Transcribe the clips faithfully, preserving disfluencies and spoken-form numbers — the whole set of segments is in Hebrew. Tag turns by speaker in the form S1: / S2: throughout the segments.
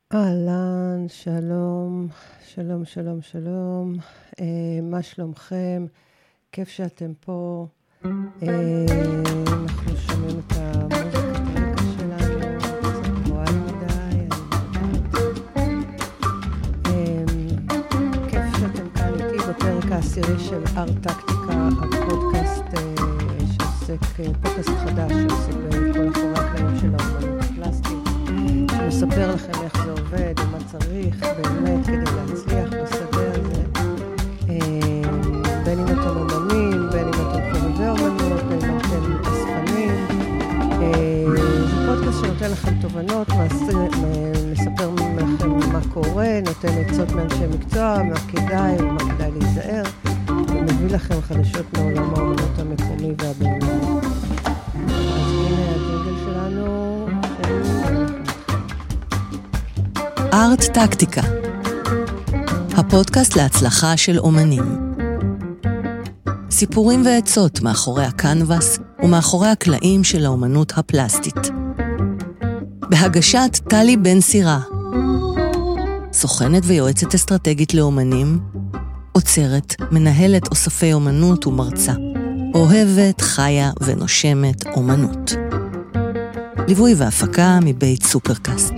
S1: אהלן, שלום, שלום, שלום, שלום. אה, מה שלומכם? כיף שאתם פה. אה, אנחנו שומעים את המוזיקת הרקע שלנו, קצת גבוהה מדי. אה, כיף שאתם כאן איתי בפרק העשירי של ארט-טקטיקה, הפודקאסט אה, שעוסק, אה, פודקאסט חדש שעוסק בכל אחורי הקלעים של האומנות הפלסטית. מספר לכם איך זה עובד, ומה צריך באמת כדי להצליח בשדה הזה. בין אם אתם אומנים, בין אם אתם חובבי אומנות, בין אם אתם אספנים. זה פודקאסט שנותן לכם תובנות, מספר לכם מה קורה, נותן עצות מאנשי מקצוע, מה כדאי ומה כדאי להיזהר, ומביא לכם חדשות מעולם האומנות המקומי והבינלאומי. אז הנה הג'ינגל שלנו.
S2: ארט-טקטיקה, הפודקאסט להצלחה של אומנים. סיפורים ועצות מאחורי הקנבס ומאחורי הקלעים של האומנות הפלסטית. בהגשת טלי בן סירה, סוכנת ויועצת אסטרטגית לאומנים, עוצרת, מנהלת אוספי אומנות ומרצה, אוהבת, חיה ונושמת אומנות. ליווי והפקה מבית סופרקאסט.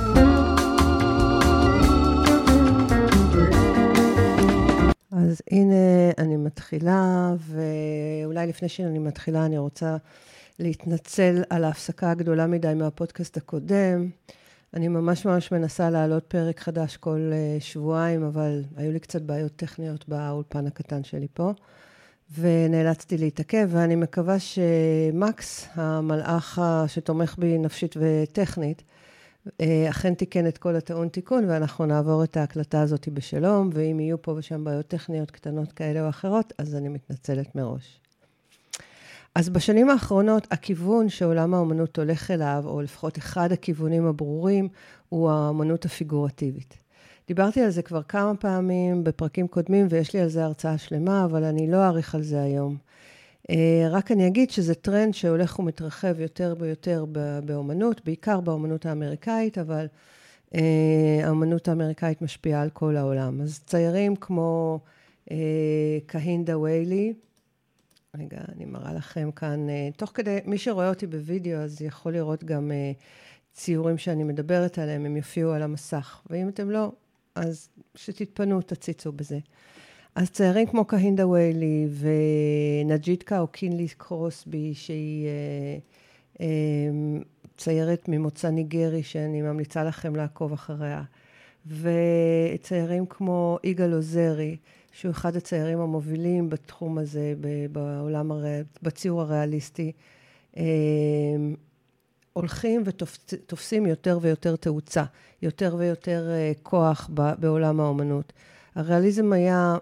S1: אז הנה אני מתחילה, ואולי לפני שאני מתחילה אני רוצה להתנצל על ההפסקה הגדולה מדי מהפודקאסט הקודם. אני ממש ממש מנסה להעלות פרק חדש כל שבועיים, אבל היו לי קצת בעיות טכניות באולפן הקטן שלי פה, ונאלצתי להתעכב, ואני מקווה שמקס, המלאך שתומך בי נפשית וטכנית, אכן תיקן את כל הטעון תיקון, ואנחנו נעבור את ההקלטה הזאת בשלום, ואם יהיו פה ושם בעיות טכניות קטנות כאלה או אחרות, אז אני מתנצלת מראש. אז בשנים האחרונות, הכיוון שעולם האומנות הולך אליו, או לפחות אחד הכיוונים הברורים, הוא האומנות הפיגורטיבית. דיברתי על זה כבר כמה פעמים בפרקים קודמים, ויש לי על זה הרצאה שלמה, אבל אני לא אעריך על זה היום. רק אני אגיד שזה טרנד שהולך ומתרחב יותר ויותר באומנות, בעיקר באומנות האמריקאית, אבל האומנות האמריקאית משפיעה על כל העולם. אז ציירים כמו קהינדה ויילי, רגע, אני מראה לכם כאן, תוך כדי, מי שרואה אותי בווידאו, אז יכול לראות גם ציורים שאני מדברת עליהם, הם יופיעו על המסך. ואם אתם לא, אז שתתפנו, תציצו בזה. אז ציירים כמו קהינדה ויילי ונג'יטקה או קינלי קרוסבי, שהיא אה, אה, ציירת ממוצא ניגרי, שאני ממליצה לכם לעקוב אחריה. וציירים כמו יגאל עוזרי, שהוא אחד הציירים המובילים בתחום הזה, בעולם, בציור הריאליסטי, אה, הולכים ותופסים יותר ויותר תאוצה, יותר ויותר אה, כוח בעולם האומנות. הריאליזם היה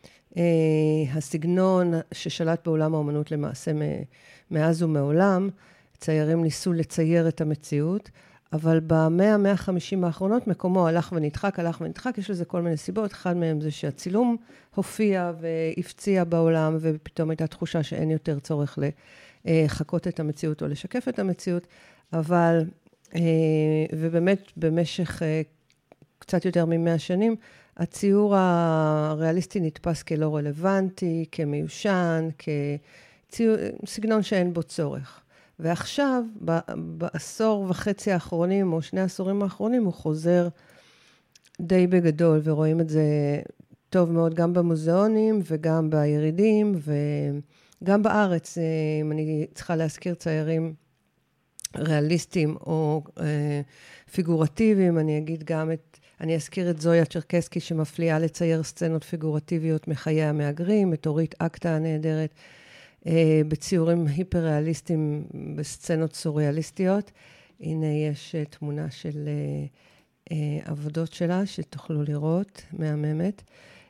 S1: הסגנון ששלט בעולם האומנות למעשה מאז ומעולם. ציירים ניסו לצייר את המציאות, אבל במאה, מאה וחמישים האחרונות מקומו הלך ונדחק, הלך ונדחק, יש לזה כל מיני סיבות, אחד מהם זה שהצילום הופיע והפציע בעולם, ופתאום הייתה תחושה שאין יותר צורך לחקות את המציאות או לשקף את המציאות, אבל, ובאמת במשך קצת יותר ממאה שנים, הציור הריאליסטי נתפס כלא רלוונטי, כמיושן, כסגנון שאין בו צורך. ועכשיו, בעשור וחצי האחרונים, או שני העשורים האחרונים, הוא חוזר די בגדול, ורואים את זה טוב מאוד גם במוזיאונים, וגם בירידים, וגם בארץ, אם אני צריכה להזכיר ציירים ריאליסטיים או פיגורטיביים, אני אגיד גם את אני אזכיר את זויה צ'רקסקי שמפליאה לצייר סצנות פיגורטיביות מחיי המהגרים, את אורית אקטה הנהדרת, בציורים היפר-ריאליסטיים בסצנות סוריאליסטיות. הנה יש תמונה של עבודות שלה שתוכלו לראות, מהממת.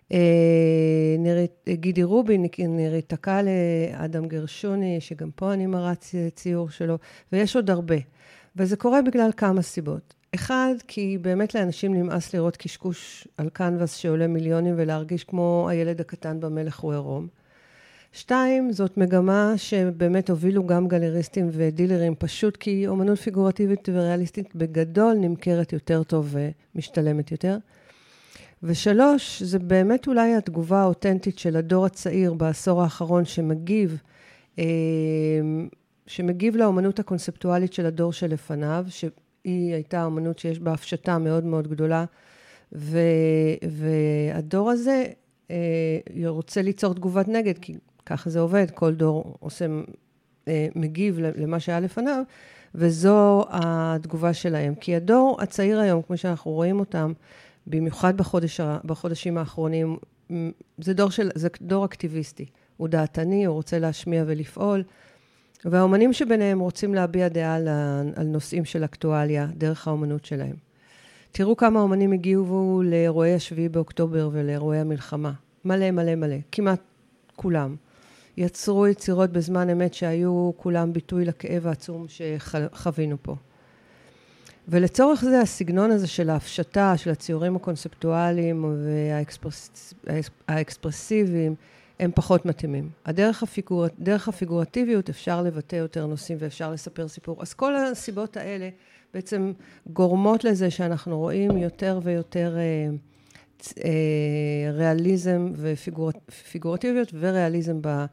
S1: גידי רובין, נראיתקה לאדם גרשוני, שגם פה אני מראה ציור שלו, ויש עוד הרבה. וזה קורה בגלל כמה סיבות. אחד, כי באמת לאנשים נמאס לראות קשקוש על קנבס שעולה מיליונים ולהרגיש כמו הילד הקטן במלך הוא עירום. שתיים, זאת מגמה שבאמת הובילו גם גלריסטים ודילרים, פשוט כי אומנות פיגורטיבית וריאליסטית בגדול נמכרת יותר טוב ומשתלמת יותר. ושלוש, זה באמת אולי התגובה האותנטית של הדור הצעיר בעשור האחרון שמגיב, שמגיב לאומנות הקונספטואלית של הדור שלפניו, שהיא הייתה אומנות שיש בה הפשטה מאוד מאוד גדולה, ו, והדור הזה רוצה ליצור תגובת נגד, כי ככה זה עובד, כל דור עושה, מגיב למה שהיה לפניו, וזו התגובה שלהם. כי הדור הצעיר היום, כמו שאנחנו רואים אותם, במיוחד בחודש, בחודשים האחרונים, זה דור, של, זה דור אקטיביסטי. הוא דעתני, הוא רוצה להשמיע ולפעול, והאומנים שביניהם רוצים להביע דעה על, על נושאים של אקטואליה, דרך האומנות שלהם. תראו כמה אומנים הגיעו לאירועי השביעי באוקטובר ולאירועי המלחמה. מלא, מלא, מלא. כמעט כולם. יצרו יצירות בזמן אמת שהיו כולם ביטוי לכאב העצום שחווינו פה. ולצורך זה, הסגנון הזה של ההפשטה, של הציורים הקונספטואליים והאקספרסיביים, הם פחות מתאימים. הדרך הפיגור... דרך הפיגורטיביות אפשר לבטא יותר נושאים ואפשר לספר סיפור. אז כל הסיבות האלה בעצם גורמות לזה שאנחנו רואים יותר ויותר אה, אה, ריאליזם ופיגורטיביות וריאליזם ב, אה,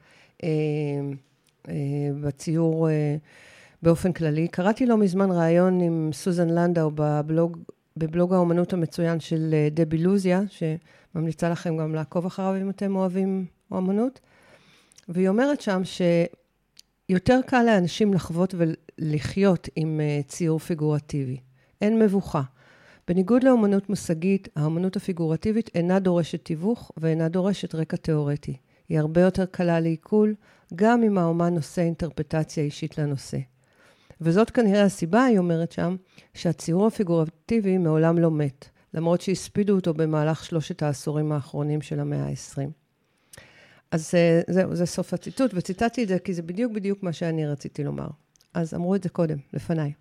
S1: אה, בציור אה, באופן כללי. קראתי לא מזמן רעיון עם סוזן לנדאו בבלוג, בבלוג האומנות המצוין של דבי לוזיה, שממליצה לכם גם לעקוב אחריו אם אתם אוהבים אומנות. והיא אומרת שם שיותר קל לאנשים לחוות ולחיות עם ציור פיגורטיבי. אין מבוכה. בניגוד לאומנות מושגית, האומנות הפיגורטיבית אינה דורשת תיווך ואינה דורשת רקע תיאורטי. היא הרבה יותר קלה לעיכול, גם אם האומן נושא אינטרפטציה אישית לנושא. וזאת כנראה הסיבה, היא אומרת שם, שהציור הפיגורטיבי מעולם לא מת, למרות שהספידו אותו במהלך שלושת העשורים האחרונים של המאה ה-עשרים. אז זהו, זה סוף הציטוט, וציטטתי את זה כי זה בדיוק בדיוק מה שאני רציתי לומר. אז אמרו את זה קודם, לפניי.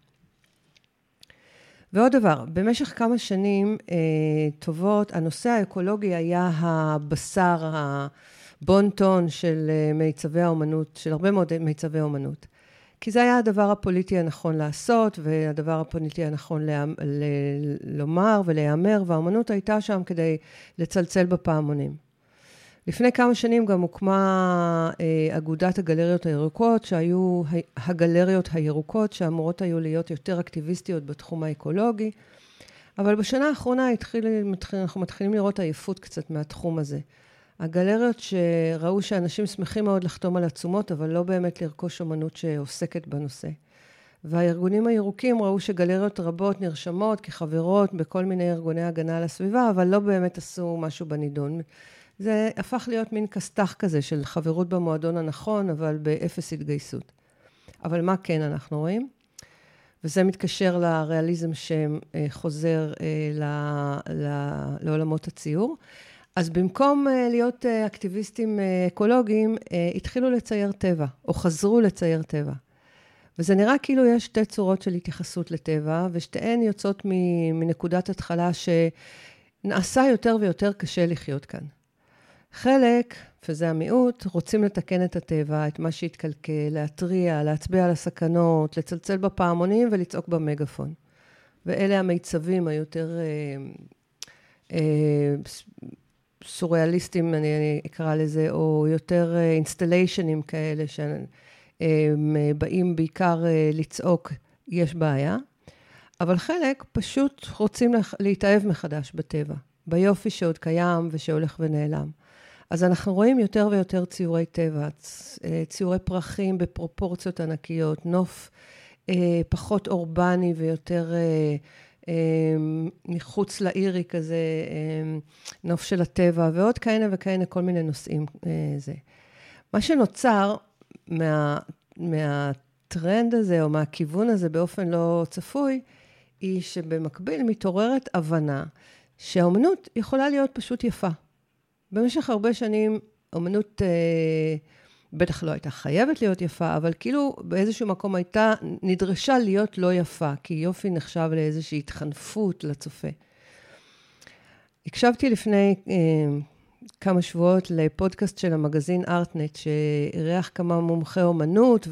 S1: ועוד דבר, במשך כמה שנים אה, טובות, הנושא האקולוגי היה הבשר, הבון-טון של מיצבי האומנות, של הרבה מאוד מיצבי האומנות. כי זה היה הדבר הפוליטי הנכון לעשות, והדבר הפוליטי הנכון ל- ל- לומר ולהיאמר, והאומנות הייתה שם כדי לצלצל בפעמונים. לפני כמה שנים גם הוקמה אה, אגודת הגלריות הירוקות, שהיו הגלריות הירוקות, שאמורות היו להיות יותר אקטיביסטיות בתחום האקולוגי, אבל בשנה האחרונה התחיל, מתחיל, אנחנו מתחילים לראות עייפות קצת מהתחום הזה. הגלריות שראו שאנשים שמחים מאוד לחתום על עצומות, אבל לא באמת לרכוש אומנות שעוסקת בנושא. והארגונים הירוקים ראו שגלריות רבות נרשמות כחברות בכל מיני ארגוני הגנה על הסביבה, אבל לא באמת עשו משהו בנידון. זה הפך להיות מין כסתח כזה של חברות במועדון הנכון, אבל באפס התגייסות. אבל מה כן אנחנו רואים? וזה מתקשר לריאליזם שחוזר לעולמות הציור. אז במקום להיות אקטיביסטים אקולוגיים, התחילו לצייר טבע, או חזרו לצייר טבע. וזה נראה כאילו יש שתי צורות של התייחסות לטבע, ושתיהן יוצאות מנקודת התחלה שנעשה יותר ויותר קשה לחיות כאן. חלק, וזה המיעוט, רוצים לתקן את הטבע, את מה שהתקלקל, להטריע, להצביע על הסכנות, לצלצל בפעמונים ולצעוק במגפון. ואלה המיצבים היותר אה, אה, סוריאליסטים, אני, אני אקרא לזה, או יותר אינסטליישנים כאלה, שהם באים בעיקר לצעוק, יש בעיה. אבל חלק פשוט רוצים להתאהב מחדש בטבע, ביופי שעוד קיים ושהולך ונעלם. אז אנחנו רואים יותר ויותר ציורי טבע, ציורי פרחים בפרופורציות ענקיות, נוף פחות אורבני ויותר מחוץ לעירי כזה, נוף של הטבע, ועוד כהנה וכהנה כל מיני נושאים. זה. מה שנוצר מה, מהטרנד הזה, או מהכיוון הזה באופן לא צפוי, היא שבמקביל מתעוררת הבנה שהאומנות יכולה להיות פשוט יפה. במשך הרבה שנים, אומנות אה, בטח לא הייתה חייבת להיות יפה, אבל כאילו באיזשהו מקום הייתה, נדרשה להיות לא יפה, כי יופי נחשב לאיזושהי התחנפות לצופה. הקשבתי לפני אה, כמה שבועות לפודקאסט של המגזין ארטנט, שאירח כמה מומחי אומנות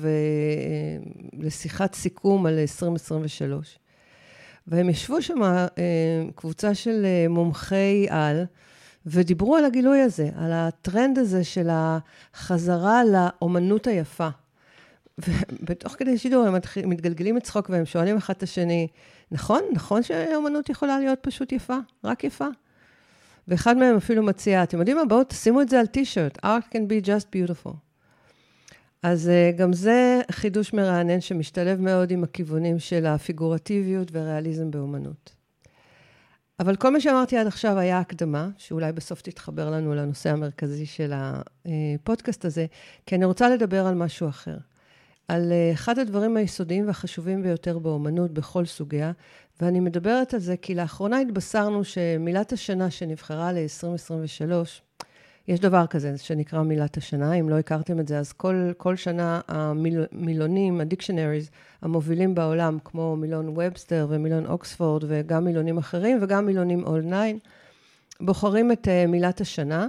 S1: ולשיחת סיכום על עשרים עשרים ושלוש. והם ישבו שם קבוצה של מומחי על, ודיברו על הגילוי הזה, על הטרנד הזה של החזרה לאומנות היפה. ובתוך כדי שידור הם מתגלגלים את צחוק והם שואלים אחד את השני, נכון? נכון שהאומנות יכולה להיות פשוט יפה? רק יפה? ואחד מהם אפילו מציע, אתם יודעים מה? בואו תשימו את זה על טישרט. Art can be just beautiful. אז גם זה חידוש מרענן שמשתלב מאוד עם הכיוונים של הפיגורטיביות והריאליזם באומנות. אבל כל מה שאמרתי עד עכשיו היה הקדמה, שאולי בסוף תתחבר לנו לנושא המרכזי של הפודקאסט הזה, כי אני רוצה לדבר על משהו אחר. על אחד הדברים היסודיים והחשובים ביותר באומנות בכל סוגיה, ואני מדברת על זה כי לאחרונה התבשרנו שמילת השנה שנבחרה ל-עשרים עשרים ושלוש, יש דבר כזה שנקרא מילת השנה, אם לא הכרתם את זה, אז כל, כל שנה המילונים, הדיקשנריז, המובילים בעולם, כמו מילון ובסטר ומילון אוקספורד, וגם מילונים אחרים, וגם מילונים אול ניין, בוחרים את uh, מילת השנה,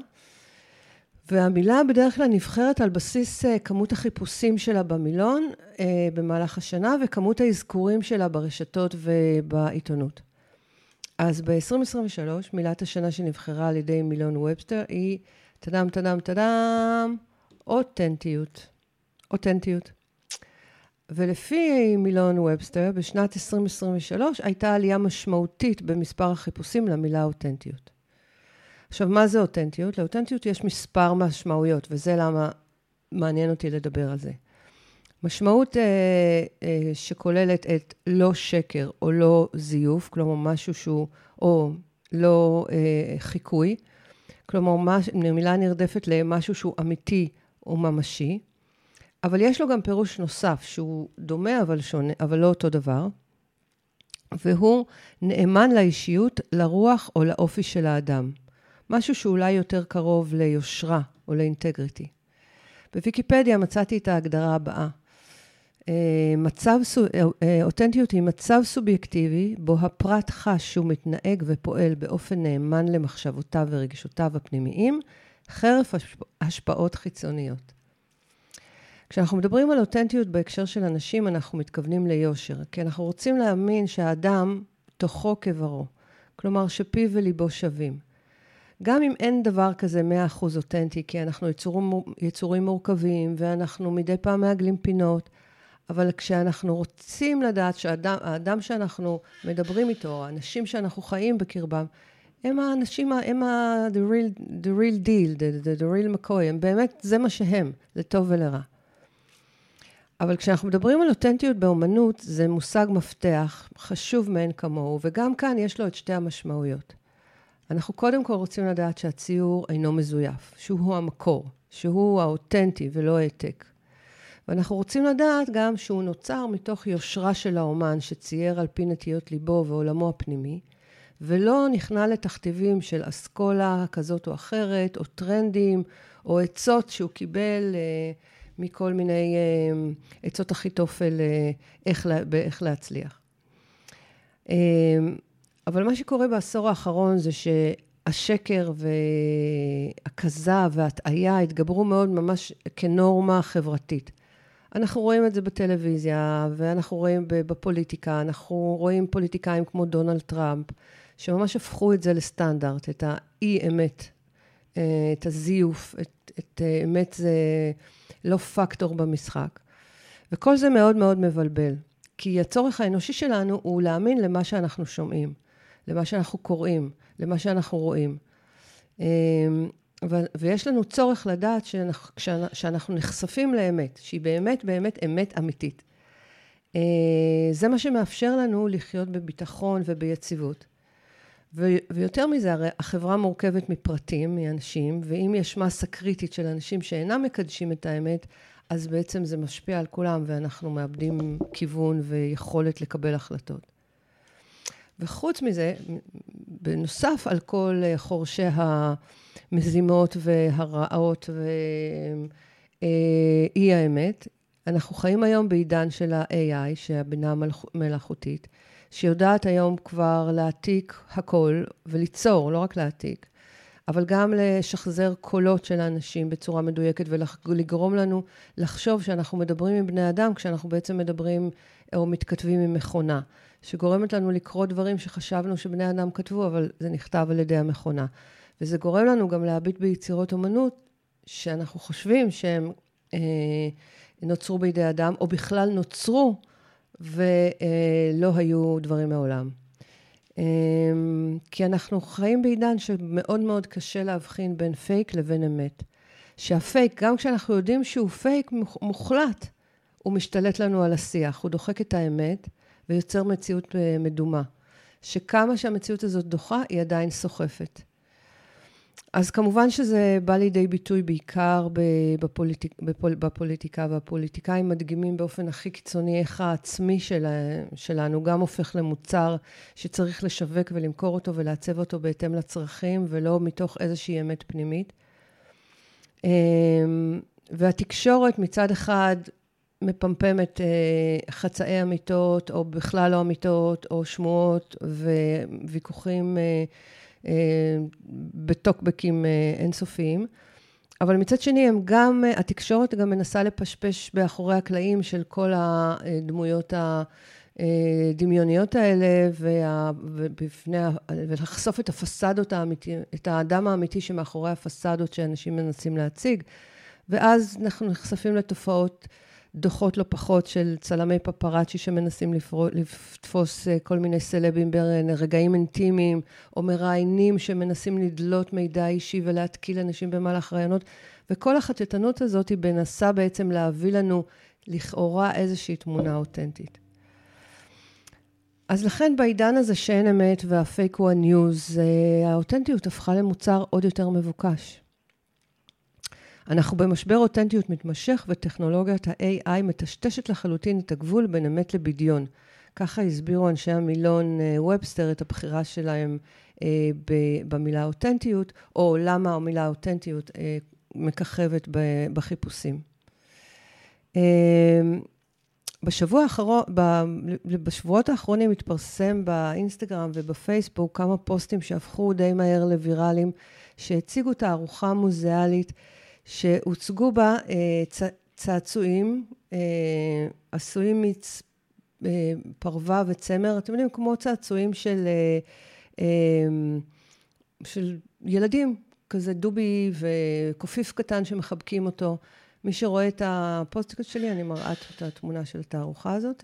S1: והמילה בדרך כלל נבחרת על בסיס uh, כמות החיפושים שלה במילון uh, במהלך השנה, וכמות האזכורים שלה ברשתות ובעיתונות. אז ב-עשרים עשרים ושלוש, מילת השנה שנבחרה על ידי מילון ובסטר, היא תדם, תדם, תדם, אותנטיות. אותנטיות. ולפי מילון ובסטר, בשנת עשרים עשרים ושלוש, הייתה עלייה משמעותית במספר החיפושים למילה אותנטיות. עכשיו, מה זה אותנטיות? לאותנטיות יש מספר משמעויות, וזה למה מעניין אותי לדבר על זה. משמעות אה, אה, שכוללת את לא שקר או לא זיוף, כלומר משהו שהוא, או לא אה, חיקוי, כלומר מש, מילה נרדפת למשהו שהוא אמיתי או ממשי, אבל יש לו גם פירוש נוסף שהוא דומה אבל שונה, אבל לא אותו דבר, והוא נאמן לאישיות, לרוח או לאופי של האדם. משהו שאולי יותר קרוב ליושרה או לאינטגריטי. בוויקיפדיה מצאתי את ההגדרה הבאה. מצב, אותנטיות היא מצב סובייקטיבי, בו הפרט חש שהוא מתנהג ופועל באופן נאמן למחשבותיו ורגשותיו הפנימיים, חרף השפעות חיצוניות. כשאנחנו מדברים על אותנטיות בהקשר של אנשים, אנחנו מתכוונים ליושר, כי אנחנו רוצים להאמין שהאדם תוכו כברו, כלומר שפיו וליבו שווים. גם אם אין דבר כזה מאה אחוז אותנטי, כי אנחנו יצורים, יצורים מורכבים, ואנחנו מדי פעם מעגלים פינות, אבל כשאנחנו רוצים לדעת שהאדם שאנחנו מדברים איתו, האנשים שאנחנו חיים בקרבם, הם האנשים, הם ה- the real, the real deal, the, the, the real McCoy, הם באמת, זה מה שהם, לטוב ולרע. אבל כשאנחנו מדברים על אותנטיות באומנות, זה מושג מפתח, חשוב מאין כמוהו, וגם כאן יש לו את שתי המשמעויות. אנחנו קודם כל רוצים לדעת שהציור אינו מזויף, שהוא המקור, שהוא האותנטי ולא העתק. ואנחנו רוצים לדעת גם שהוא נוצר מתוך יושרה של האומן שצייר על פי נטיות ליבו ועולמו הפנימי, ולא נכנע לתכתיבים של אסכולה כזאת או אחרת, או טרנדים, או עצות שהוא קיבל אה, מכל מיני אה, עצות אחיתופל אה, איך, לה, באיך להצליח. אה, אבל מה שקורה בעשור האחרון זה שהשקר והכזב וההטעיה התגברו מאוד ממש כנורמה חברתית. אנחנו רואים את זה בטלוויזיה, ואנחנו רואים בפוליטיקה, אנחנו רואים פוליטיקאים כמו דונלד טראמפ, שממש הפכו את זה לסטנדרט, את האי-אמת, את הזיוף, את, את אמת זה לא פקטור במשחק. וכל זה מאוד מאוד מבלבל, כי הצורך האנושי שלנו הוא להאמין למה שאנחנו שומעים, למה שאנחנו קוראים, למה שאנחנו רואים. ויש לנו צורך לדעת שאנחנו, שאנחנו נחשפים לאמת, שהיא באמת באמת אמת אמיתית. זה מה שמאפשר לנו לחיות בביטחון וביציבות. ויותר מזה, הרי החברה מורכבת מפרטים, מאנשים, ואם יש מסה קריטית של אנשים שאינם מקדשים את האמת, אז בעצם זה משפיע על כולם, ואנחנו מאבדים כיוון ויכולת לקבל החלטות. וחוץ מזה, בנוסף על כל חורשי המזימות והרעות ואי האמת, אנחנו חיים היום בעידן של ה-איי איי, שהבינה מלאכותית, שיודעת היום כבר להעתיק הכל וליצור, לא רק להעתיק, אבל גם לשחזר קולות של האנשים בצורה מדויקת, ולגרום לנו לחשוב שאנחנו מדברים עם בני אדם, כשאנחנו בעצם מדברים או מתכתבים עם מכונה, שגורמת לנו לקרוא דברים שחשבנו שבני אדם כתבו, אבל זה נכתב על ידי המכונה. וזה גורם לנו גם להביט ביצירות אומנות, שאנחנו חושבים שהם אה, נוצרו בידי אדם, או בכלל נוצרו, ולא היו דברים מעולם. כי אנחנו חיים בעידן שמאוד מאוד קשה להבחין בין פייק לבין אמת. שהפייק, גם כשאנחנו יודעים שהוא פייק מוחלט, הוא משתלט לנו על השיח, הוא דוחק את האמת ויוצר מציאות מדומה. שכמה שהמציאות הזאת דוחה, היא עדיין סוחפת. אז כמובן שזה בא לידי ביטוי בעיקר בפוליטיק, בפול, בפוליטיקה, והפוליטיקאים מדגימים באופן הכי קיצוני איך העצמי שלה, שלנו גם הופך למוצר שצריך לשווק ולמכור אותו ולעצב אותו בהתאם לצרכים, ולא מתוך איזושהי אמת פנימית. והתקשורת מצד אחד מפמפמת חצאי אמיתות, או בכלל לא אמיתות, או שמועות וויכוחים בטוקבקים אינסופיים, אבל מצד שני הם גם, התקשורת גם מנסה לפשפש באחורי הקלעים של כל הדמויות הדמיוניות האלה, ובפני, ולחשוף את הפסדות האמיתי, את האדם האמיתי שמאחורי הפסדות שאנשים מנסים להציג, ואז אנחנו נחשפים לתופעות דוחות לא פחות של צלמי פפראצ'י שמנסים לתפוס כל מיני סלבים ברגעים אינטימיים, או מראיינים שמנסים לדלות מידע אישי ולהתקיל אנשים במהלך רעיונות, וכל החטטנות הזאת היא מנסה בעצם להביא לנו לכאורה איזושהי תמונה אותנטית. אז לכן בעידן הזה שאין אמת והפייק הוא הניוז, האותנטיות הפכה למוצר עוד יותר מבוקש. אנחנו במשבר אותנטיות מתמשך, וטכנולוגיית ה-איי איי מטשטשת לחלוטין את הגבול בין אמת לבדיון. ככה הסבירו אנשי המילון ובסטר את הבחירה שלהם אה, במילה אותנטיות, או למה המילה אותנטיות אה, מככבת בחיפושים. אה, בשבוע האחרון, בשבועות האחרונים התפרסם באינסטגרם ובפייסבוק כמה פוסטים שהפכו די מהר לוויראליים, שהציגו תערוכה מוזיאלית, שהוצגו בה צ, צעצועים, עשויים מפרווה וצמר, אתם יודעים, כמו צעצועים של, של ילדים, כזה דובי וקופיף קטן שמחבקים אותו. מי שרואה את הפוסטיקט שלי, אני מראה את התמונה של התערוכה הזאת.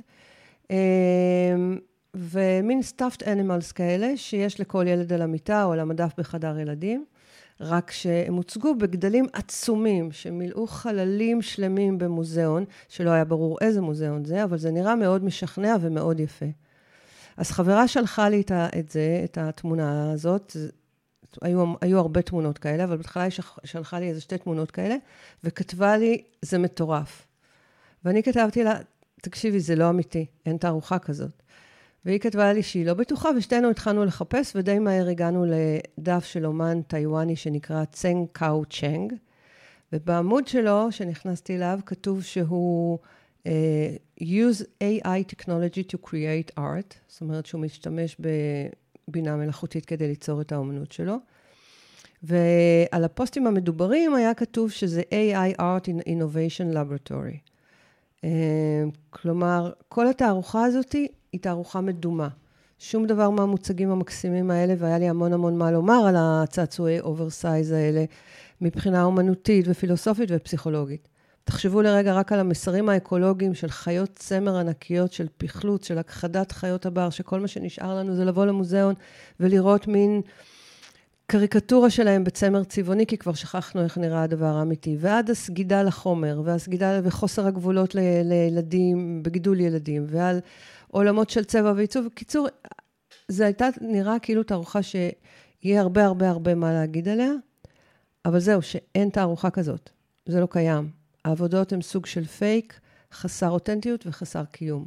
S1: ומין stuffed animals כאלה, שיש לכל ילד על המיטה או על המדף בחדר ילדים. רק שהם הוצגו בגדלים עצומים, שמילאו חללים שלמים במוזיאון, שלא היה ברור איזה מוזיאון זה, אבל זה נראה מאוד משכנע ומאוד יפה. אז חברה שלחה לי את זה, את התמונה הזאת, היו, היו הרבה תמונות כאלה, אבל בהתחלה היא שלחה לי איזה שתי תמונות כאלה, וכתבה לי, זה מטורף. ואני כתבתי לה, תקשיבי, זה לא אמיתי, אין תערוכה כזאת. והיא כתבה לי שהיא לא בטוחה, ושתינו התחלנו לחפש, ודי מהר הגענו לדף של אומן טיואני שנקרא צנג קאו צ'נג, ובעמוד שלו, שנכנסתי אליו, כתוב שהוא uh, use איי איי technology to create art, זאת אומרת שהוא משתמש בבינה מלאכותית כדי ליצור את האומנות שלו, ועל הפוסטים המדוברים היה כתוב שזה איי איי Art Innovation Laboratory. Uh, כלומר, כל התערוכה הזאת היא תערוכה מדומה. שום דבר מהמוצגים המקסימים האלה, והיה לי המון המון מה לומר על הצעצועי אוברסייז האלה, מבחינה אומנותית ופילוסופית ופסיכולוגית. תחשבו לרגע רק על המסרים האקולוגיים של חיות צמר ענקיות, של פחלות, של הכחדת חיות הבר, שכל מה שנשאר לנו זה לבוא למוזיאון ולראות מין קריקטורה שלהם בצמר צבעוני, כי כבר שכחנו איך נראה הדבר האמיתי. ועד הסגידה לחומר, והסגידה וחוסר הגבולות לילדים, בגידול ילדים, ועל עולמות של צבע ועיצוב. בקיצור, זה הייתה נראה כאילו תערוכה שיהיה הרבה הרבה הרבה מה להגיד עליה, אבל זהו, שאין תערוכה כזאת. זה לא קיים. העבודות הן סוג של פייק, חסר אותנטיות וחסר קיום.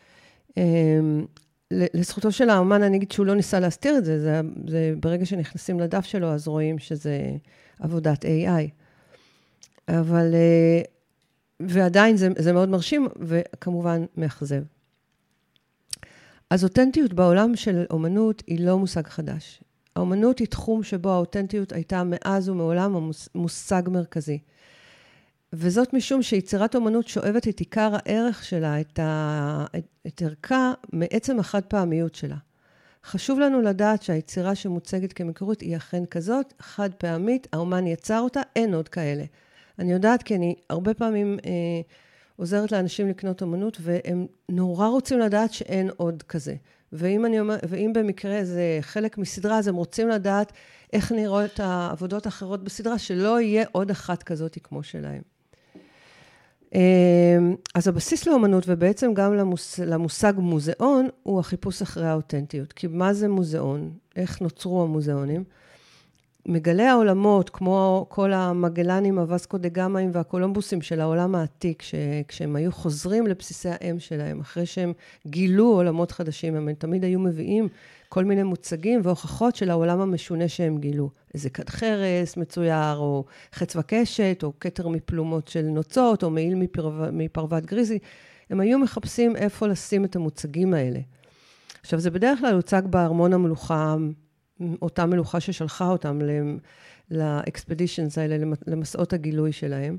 S1: לזכותו של האמן, אני אגיד שהוא לא ניסה להסתיר את זה, זה, זה ברגע שנכנסים לדף שלו, אז רואים שזה עבודת איי איי. אבל, ועדיין זה, זה מאוד מרשים, וכמובן מאכזב. אז אותנטיות בעולם של אומנות היא לא מושג חדש. האומנות היא תחום שבו האותנטיות הייתה מאז ומעולם המושג מרכזי. וזאת משום שיצירת אומנות שואבת את עיקר הערך שלה, את, ה... את ערכה מעצם החד פעמיות שלה. חשוב לנו לדעת שהיצירה שמוצגת כמקורית היא אכן כזאת, חד פעמית, האומן יצר אותה, אין עוד כאלה. אני יודעת כי אני הרבה פעמים אה, עוזרת לאנשים לקנות אומנות, והם נורא רוצים לדעת שאין עוד כזה. ואם, אני אומר, ואם במקרה זה חלק מסדרה, אז הם רוצים לדעת איך נראות העבודות האחרות בסדרה, שלא יהיה עוד אחת כזאת כמו שלהם. אז הבסיס לאומנות, ובעצם גם למוס, למושג מוזיאון, הוא החיפוש אחרי האותנטיות. כי מה זה מוזיאון? איך נוצרו המוזיאונים? מגלי העולמות, כמו כל המגלנים, הווסקו דה גמאים והקולומבוסים של העולם העתיק, כשהם היו חוזרים לבסיסי האם שלהם, אחרי שהם גילו עולמות חדשים, הם תמיד היו מביאים כל מיני מוצגים והוכחות של העולם המשונה שהם גילו. איזה כד חרס מצויר, או חץ וקשת, או כתר מפלומות של נוצות, או מעיל מפרו... מפרוות גריזי. הם היו מחפשים איפה לשים את המוצגים האלה. עכשיו, זה בדרך כלל הוצג בארמון המלוכה, אותה מלוכה ששלחה אותם לאקספדישנס האלה, למסעות הגילוי שלהם.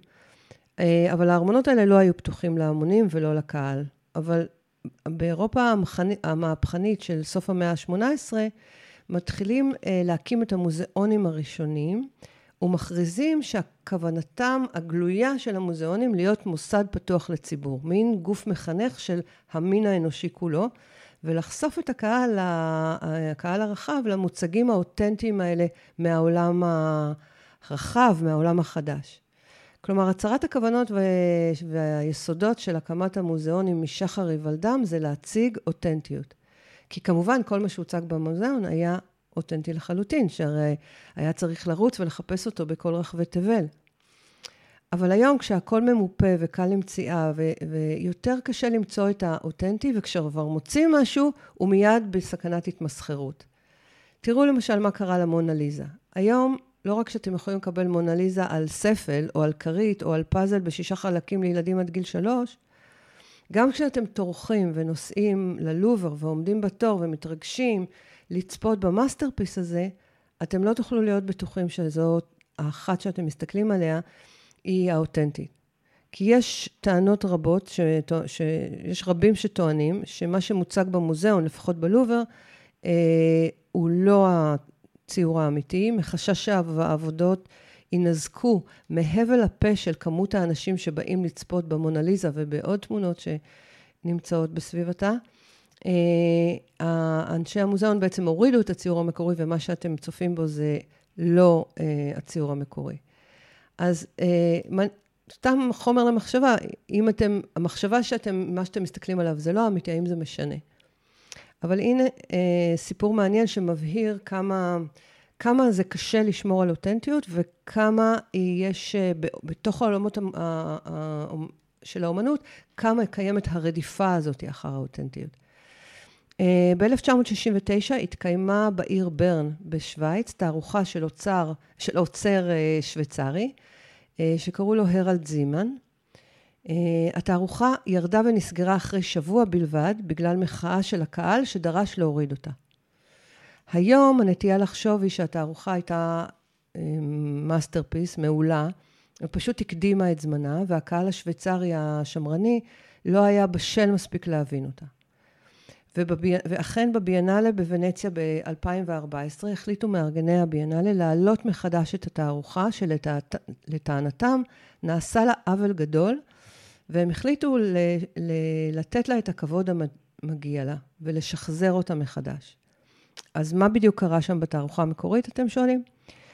S1: אבל הארמונות האלה לא היו פתוחים להמונים ולא לקהל. אבל באירופה המהפכנית של סוף המאה ה-שמונה עשרה, מתחילים להקים את המוזיאונים הראשונים, ומכריזים שהכוונתם הגלויה של המוזיאונים להיות מוסד פתוח לציבור, מין גוף מחנך של המין האנושי כולו, ולחשוף את הקהל, הקהל הרחב למוצגים האותנטיים האלה מהעולם הרחב, מהעולם החדש. כלומר, הצהרת הכוונות והיסודות של הקמת המוזיאונים משחר היוולדם זה להציג אותנטיות. כי כמובן כל מה שהוצג במוזיאון היה אותנטי לחלוטין, שהרי היה צריך לרוץ ולחפש אותו בכל רחבי תבל. אבל היום כשהכל ממופה וקל למציאה, ו- ויותר קשה למצוא את האותנטי, וכשכבר מוצאים משהו, הוא מיד בסכנת התמסחרות. תראו למשל מה קרה למונליזה. היום, לא רק שאתם יכולים לקבל מונליזה על ספל, או על קרית, או על פאזל בשישה חלקים לילדים עד גיל שלוש, גם כשאתם טורחים ונוסעים ללובר, ועומדים בתור ומתרגשים לצפות במאסטרפיס הזה, אתם לא תוכלו להיות בטוחים שזאת האחת שאתם מסתכלים עליה, היא האותנטית. כי יש טענות רבות, ש... שיש רבים שטוענים, שמה שמוצג במוזיאון, לפחות בלובר, אה, הוא לא הציור האמיתי, מחשש שהעבודות ינזקו מהבל הפה של כמות האנשים שבאים לצפות במונליזה ובעוד תמונות שנמצאות בסביבתה. אה, אנשי המוזיאון בעצם הורידו את הציור המקורי, ומה שאתם צופים בו זה לא אה, הציור המקורי. אז אה, סתם חומר למחשבה, אם אתם, המחשבה שאתם, מה שאתם מסתכלים עליו זה לא אמיתי, האם זה משנה. אבל הנה אה, סיפור מעניין שמבהיר כמה, כמה זה קשה לשמור על אותנטיות, וכמה יש אה, בתוך העולמות ה, ה, ה, של האומנות, כמה קיימת הרדיפה הזאת אחר האותנטיות. אה, ב-אלף תשע מאות שישים ותשע התקיימה בעיר ברן בשוויץ, תערוכה של אוצר, של אוצר אה, שוויצרי, שקראו לו הרלד זימן. התערוכה ירדה ונסגרה אחרי שבוע בלבד, בגלל מחאה של הקהל שדרש להוריד אותה. היום הנטייה לחשוב היא שהתערוכה הייתה מאסטרפיס, מעולה, ופשוט הקדימה את זמנה, והקהל השוויצרי השמרני לא היה בשל מספיק להבין אותה. ובבי... ואכן בביאנלה בוונציה ב-אלפיים וארבע עשרה החליטו מארגני הביאנלה להעלות מחדש את התערוכה שלטענתם נעשה לה עוול גדול, והם החליטו ל... ל... לתת לה את הכבוד המגיע לה ולשחזר אותה מחדש. אז מה בדיוק קרה שם בתערוכה המקורית, אתם שואלים?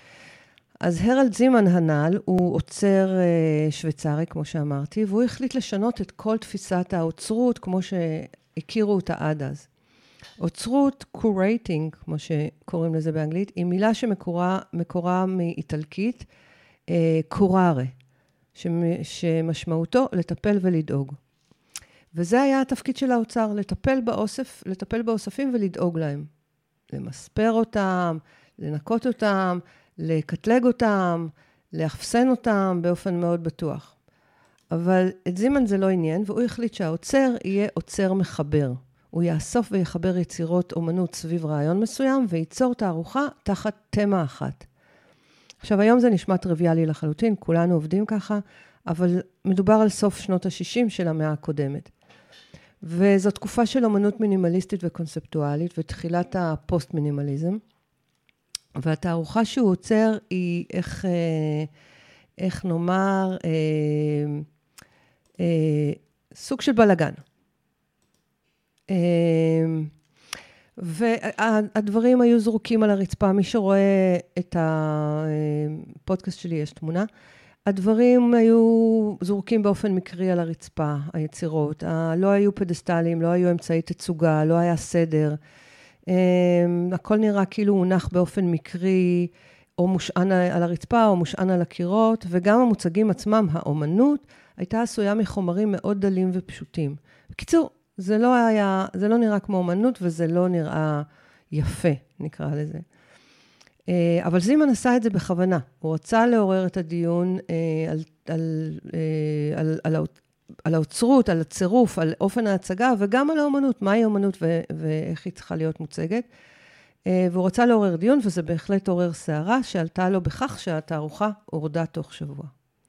S1: אז הרלד זימן הנ"ל הוא עוצר שוויצרי, כמו שאמרתי, והוא החליט לשנות את כל תפיסת האוצרות, כמו ש... הכירו אותה עד אז. אוצרות, קורייטינג, כמו שקוראים לזה באנגלית, היא מילה שמקורה מקורה מאיטלקית, אה, קורare, שמשמעותו לטפל ולדאוג. וזה היה התפקיד של האוצר, לטפל באוסף, לטפל באוספים ולדאוג להם. למספר אותם, לנקות אותם, לקטלג אותם, לאחפסן אותם באופן מאוד בטוח. אבל את זימן זה לא עניין, והוא החליט שהאוצר יהיה אוצר מחבר. הוא יאסוף ויחבר יצירות אומנות סביב רעיון מסוים, וייצור תערוכה תחת תמה אחת. עכשיו, היום זה נשמע טריוויאלי לחלוטין, כולנו עובדים ככה, אבל מדובר על סוף שנות ה-שישים של המאה הקודמת. וזו תקופה של אומנות מינימליסטית וקונספטואלית, ותחילת הפוסט-מינימליזם. והתערוכה שהוא עוצר היא, איך, איך נאמר, אה, אה, סוג של בלגן. אה, והדברים היו זרוקים על הרצפה, מי שרואה את הפודקאסט שלי, יש תמונה, הדברים היו זרוקים באופן מקרי על הרצפה, היצירות, לא היו פדסטלים, לא היו אמצעי תצוגה, לא היה סדר, הכל נראה כאילו הונח באופן מקרי, או מושען על הרצפה, או מושען על הקירות, וגם המוצגים עצמם, האומנות, הייתה עשויה מחומרים מאוד דלים ופשוטים. בקיצור, זה לא היה, זה לא נראה כמו אומנות, וזה לא נראה יפה, נקרא לזה. אבל זימן עשה את זה בכוונה. הוא רצה לעורר את הדיון על, על, על, על, על האוצרות, על הצירוף, על אופן ההצגה, וגם על האומנות, מהי האומנות ו, ואיך היא צריכה להיות מוצגת. והוא רצה לעורר דיון, וזה בהחלט עורר שערה, שעלתה לו בכך שהתערוכה הורדה תוך שבוע.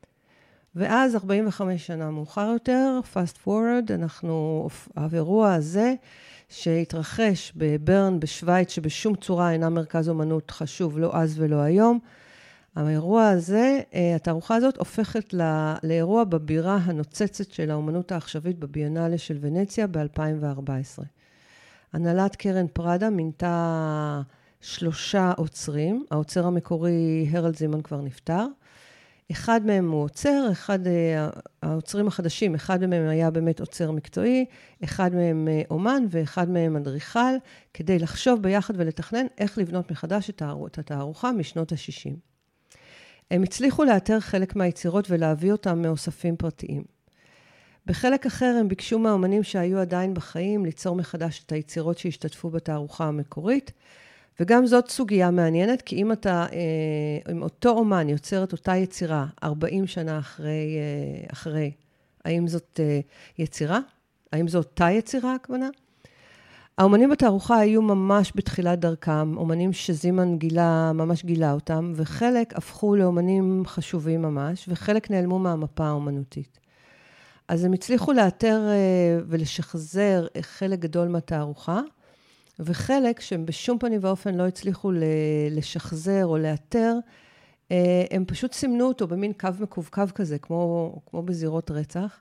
S1: ואז ארבעים וחמש שנה מאוחר יותר, fast forward, אנחנו, האירוע הזה, שהתרחש בברן, בשוויץ, שבשום צורה אינה מרכז אומנות חשוב, לא אז ולא היום. האירוע הזה, התערוכה הזאת הופכת לאירוע בבירה הנוצצת של האומנות העכשווית בביאנלה של ונציה ב-אלפיים וארבע עשרה. הנהלת קרן פראדה מינתה שלושה עוצרים, העוצר המקורי הרלד זימן כבר נפטר, אחד מהם הוא עוצר, אחד העוצרים החדשים, אחד מהם היה באמת עוצר מקצועי, אחד מהם אומן ואחד מהם אדריכל, כדי לחשוב ביחד ולתכנן איך לבנות מחדש את התערוכה משנות ה-שישים. הם הצליחו לאתר חלק מהיצירות ולהביא אותם מאוספים פרטיים. בחלק אחר הם ביקשו מהאומנים שהיו עדיין בחיים ליצור מחדש את היצירות שהשתתפו בתערוכה המקורית, וגם זאת סוגיה מעניינת, כי אם אתה, אם אותו אומן יוצר את אותה יצירה ארבעים שנה אחרי, אחרי, האם זאת יצירה? האם זו אותה יצירה, הכוונה? האומנים בתערוכה היו ממש בתחילת דרכם, אומנים שזימן גילה, ממש גילה אותם, וחלק הפכו לאומנים חשובים ממש, וחלק נעלמו מהמפה האומנותית. אז הם הצליחו לאתר ולשחזר חלק גדול מהתערוכה, וחלק שהם בשום פנים ואופן לא הצליחו לשחזר או לאתר, הם פשוט סימנו אותו במין קו מקווקו כזה, כמו, כמו בזירות רצח.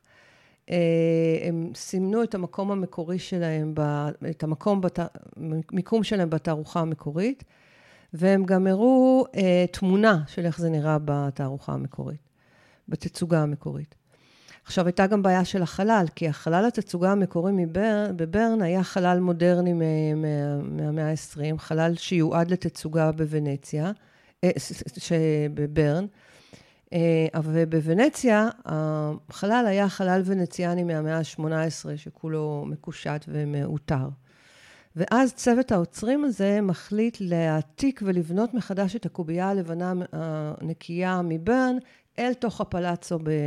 S1: הם סימנו את המקום המקורי שלהם, את המקום, מיקום שלהם בתערוכה המקורית, והם גם הראו תמונה של איך זה נראה בתערוכה המקורית, בתצוגה המקורית. עכשיו, הייתה גם בעיה של החלל, כי החלל התצוגה המקורי מברן, בברן היה חלל מודרני מהמאה ה-עשרים, חלל שיועד לתצוגה בוונציה, שבברן, אבל בוונציה, החלל היה חלל ונציאני מהמאה ה-שמונה עשרה, שכולו מקושט ומאותר. ואז צוות האוצרים הזה מחליט להעתיק ולבנות מחדש את הקובייה הלבנה הנקייה מברן, אל תוך הפלאצו ב...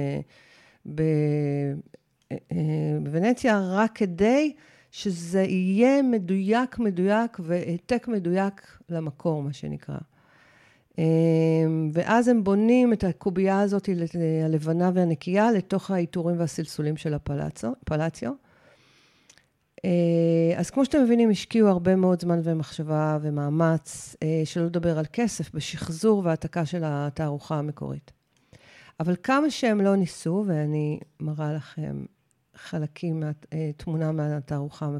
S1: בוונציה, רק כדי שזה יהיה מדויק, מדויק והעתק מדויק למקור, מה שנקרא. ואז הם בונים את הקובייה הזאת, הלבנה והנקייה, לתוך העיטורים והסלסולים של הפלאציו. אז כמו שאתם מבינים, השקיעו הרבה מאוד זמן ומחשבה ומאמץ, שלא לדבר על כסף, בשחזור והעתקה של התערוכה המקורית. אבל כמה שהם לא ניסו, ואני מראה לכם חלקים, תמונה מהתערוכה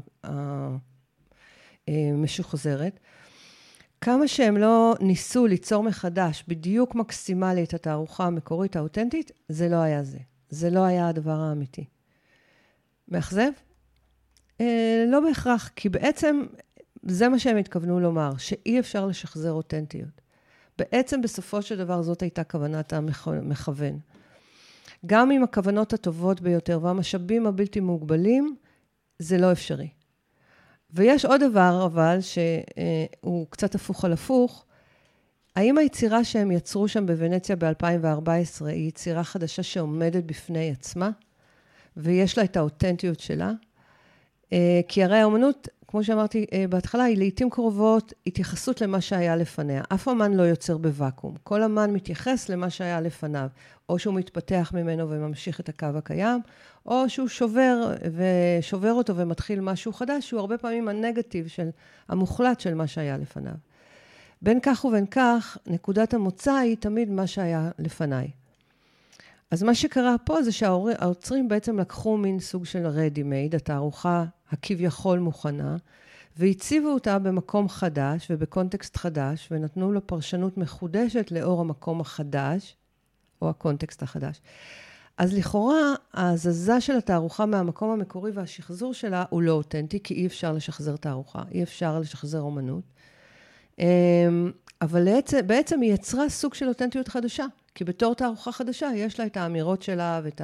S1: המשוחזרת, כמה שהם לא ניסו ליצור מחדש בדיוק מקסימלי את התערוכה המקורית האותנטית, זה לא היה זה. זה לא היה הדבר האמיתי. מאכזב? אה, לא בהכרח, כי בעצם זה מה שהם התכוונו לומר, שאי אפשר לשחזר אותנטיות. בעצם בסופו של דבר זאת הייתה כוונת המכוון. גם עם הכוונות הטובות ביותר והמשאבים הבלתי מוגבלים, זה לא אפשרי. ויש עוד דבר אבל שהוא קצת הפוך על הפוך, האם היצירה שהם יצרו שם בוונציה ב-אלפיים וארבע עשרה היא יצירה חדשה שעומדת בפני עצמה, ויש לה את האותנטיות שלה? כי הרי האומנות, כמו שאמרתי בהתחלה, היא לעתים קרובות התייחסות למה שהיה לפניה. אף אמן לא יוצר בוואקום. כל אמן מתייחס למה שהיה לפניו. או שהוא מתפתח ממנו וממשיך את הקו הקיים, או שהוא שובר ושובר אותו ומתחיל משהו חדש, שהוא הרבה פעמים הנגטיב של המוחלט של מה שהיה לפניו. בין כך ובין כך, נקודת המוצא היא תמיד מה שהיה לפניי. אז מה שקרה פה זה שהאוצרים בעצם לקחו מין סוג של ready-made, התערוכה הכביכול מוכנה, והציבו אותה במקום חדש ובקונטקסט חדש, ונתנו לו פרשנות מחודשת לאור המקום החדש, או הקונטקסט החדש. אז לכאורה, ההזזה של התערוכה מהמקום המקורי והשחזור שלה הוא לא אותנטי, כי אי אפשר לשחזר תערוכה, אי אפשר לשחזר אומנות. אבל בעצם היא יצרה סוג של אותנטיות חדשה, כי בתור תערוכה חדשה יש לה את האמירות שלה ואת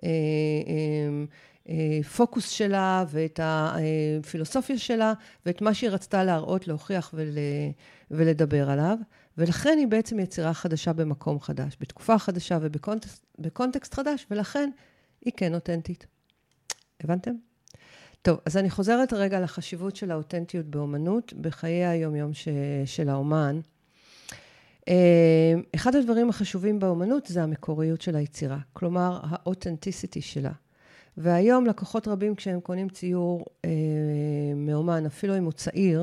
S1: הפוקוס שלה ואת הפילוסופיה שלה ואת מה שהיא רצתה להראות, להוכיח ולדבר עליו. ולכן היא בעצם יצירה חדשה במקום חדש, בתקופה חדשה ובקונטקסט חדש, ולכן היא כן אותנטית. הבנתם? טוב, אז אני חוזרת רגע לחשיבות של האותנטיות באומנות, בחיי היומיום ש... של האומן. אחד הדברים החשובים באומנות זה המקוריות של היצירה, כלומר האותנטיסיטי שלה. והיום לקוחות רבים כשהם קונים ציור אה, מאומן, אפילו אם הוא צעיר,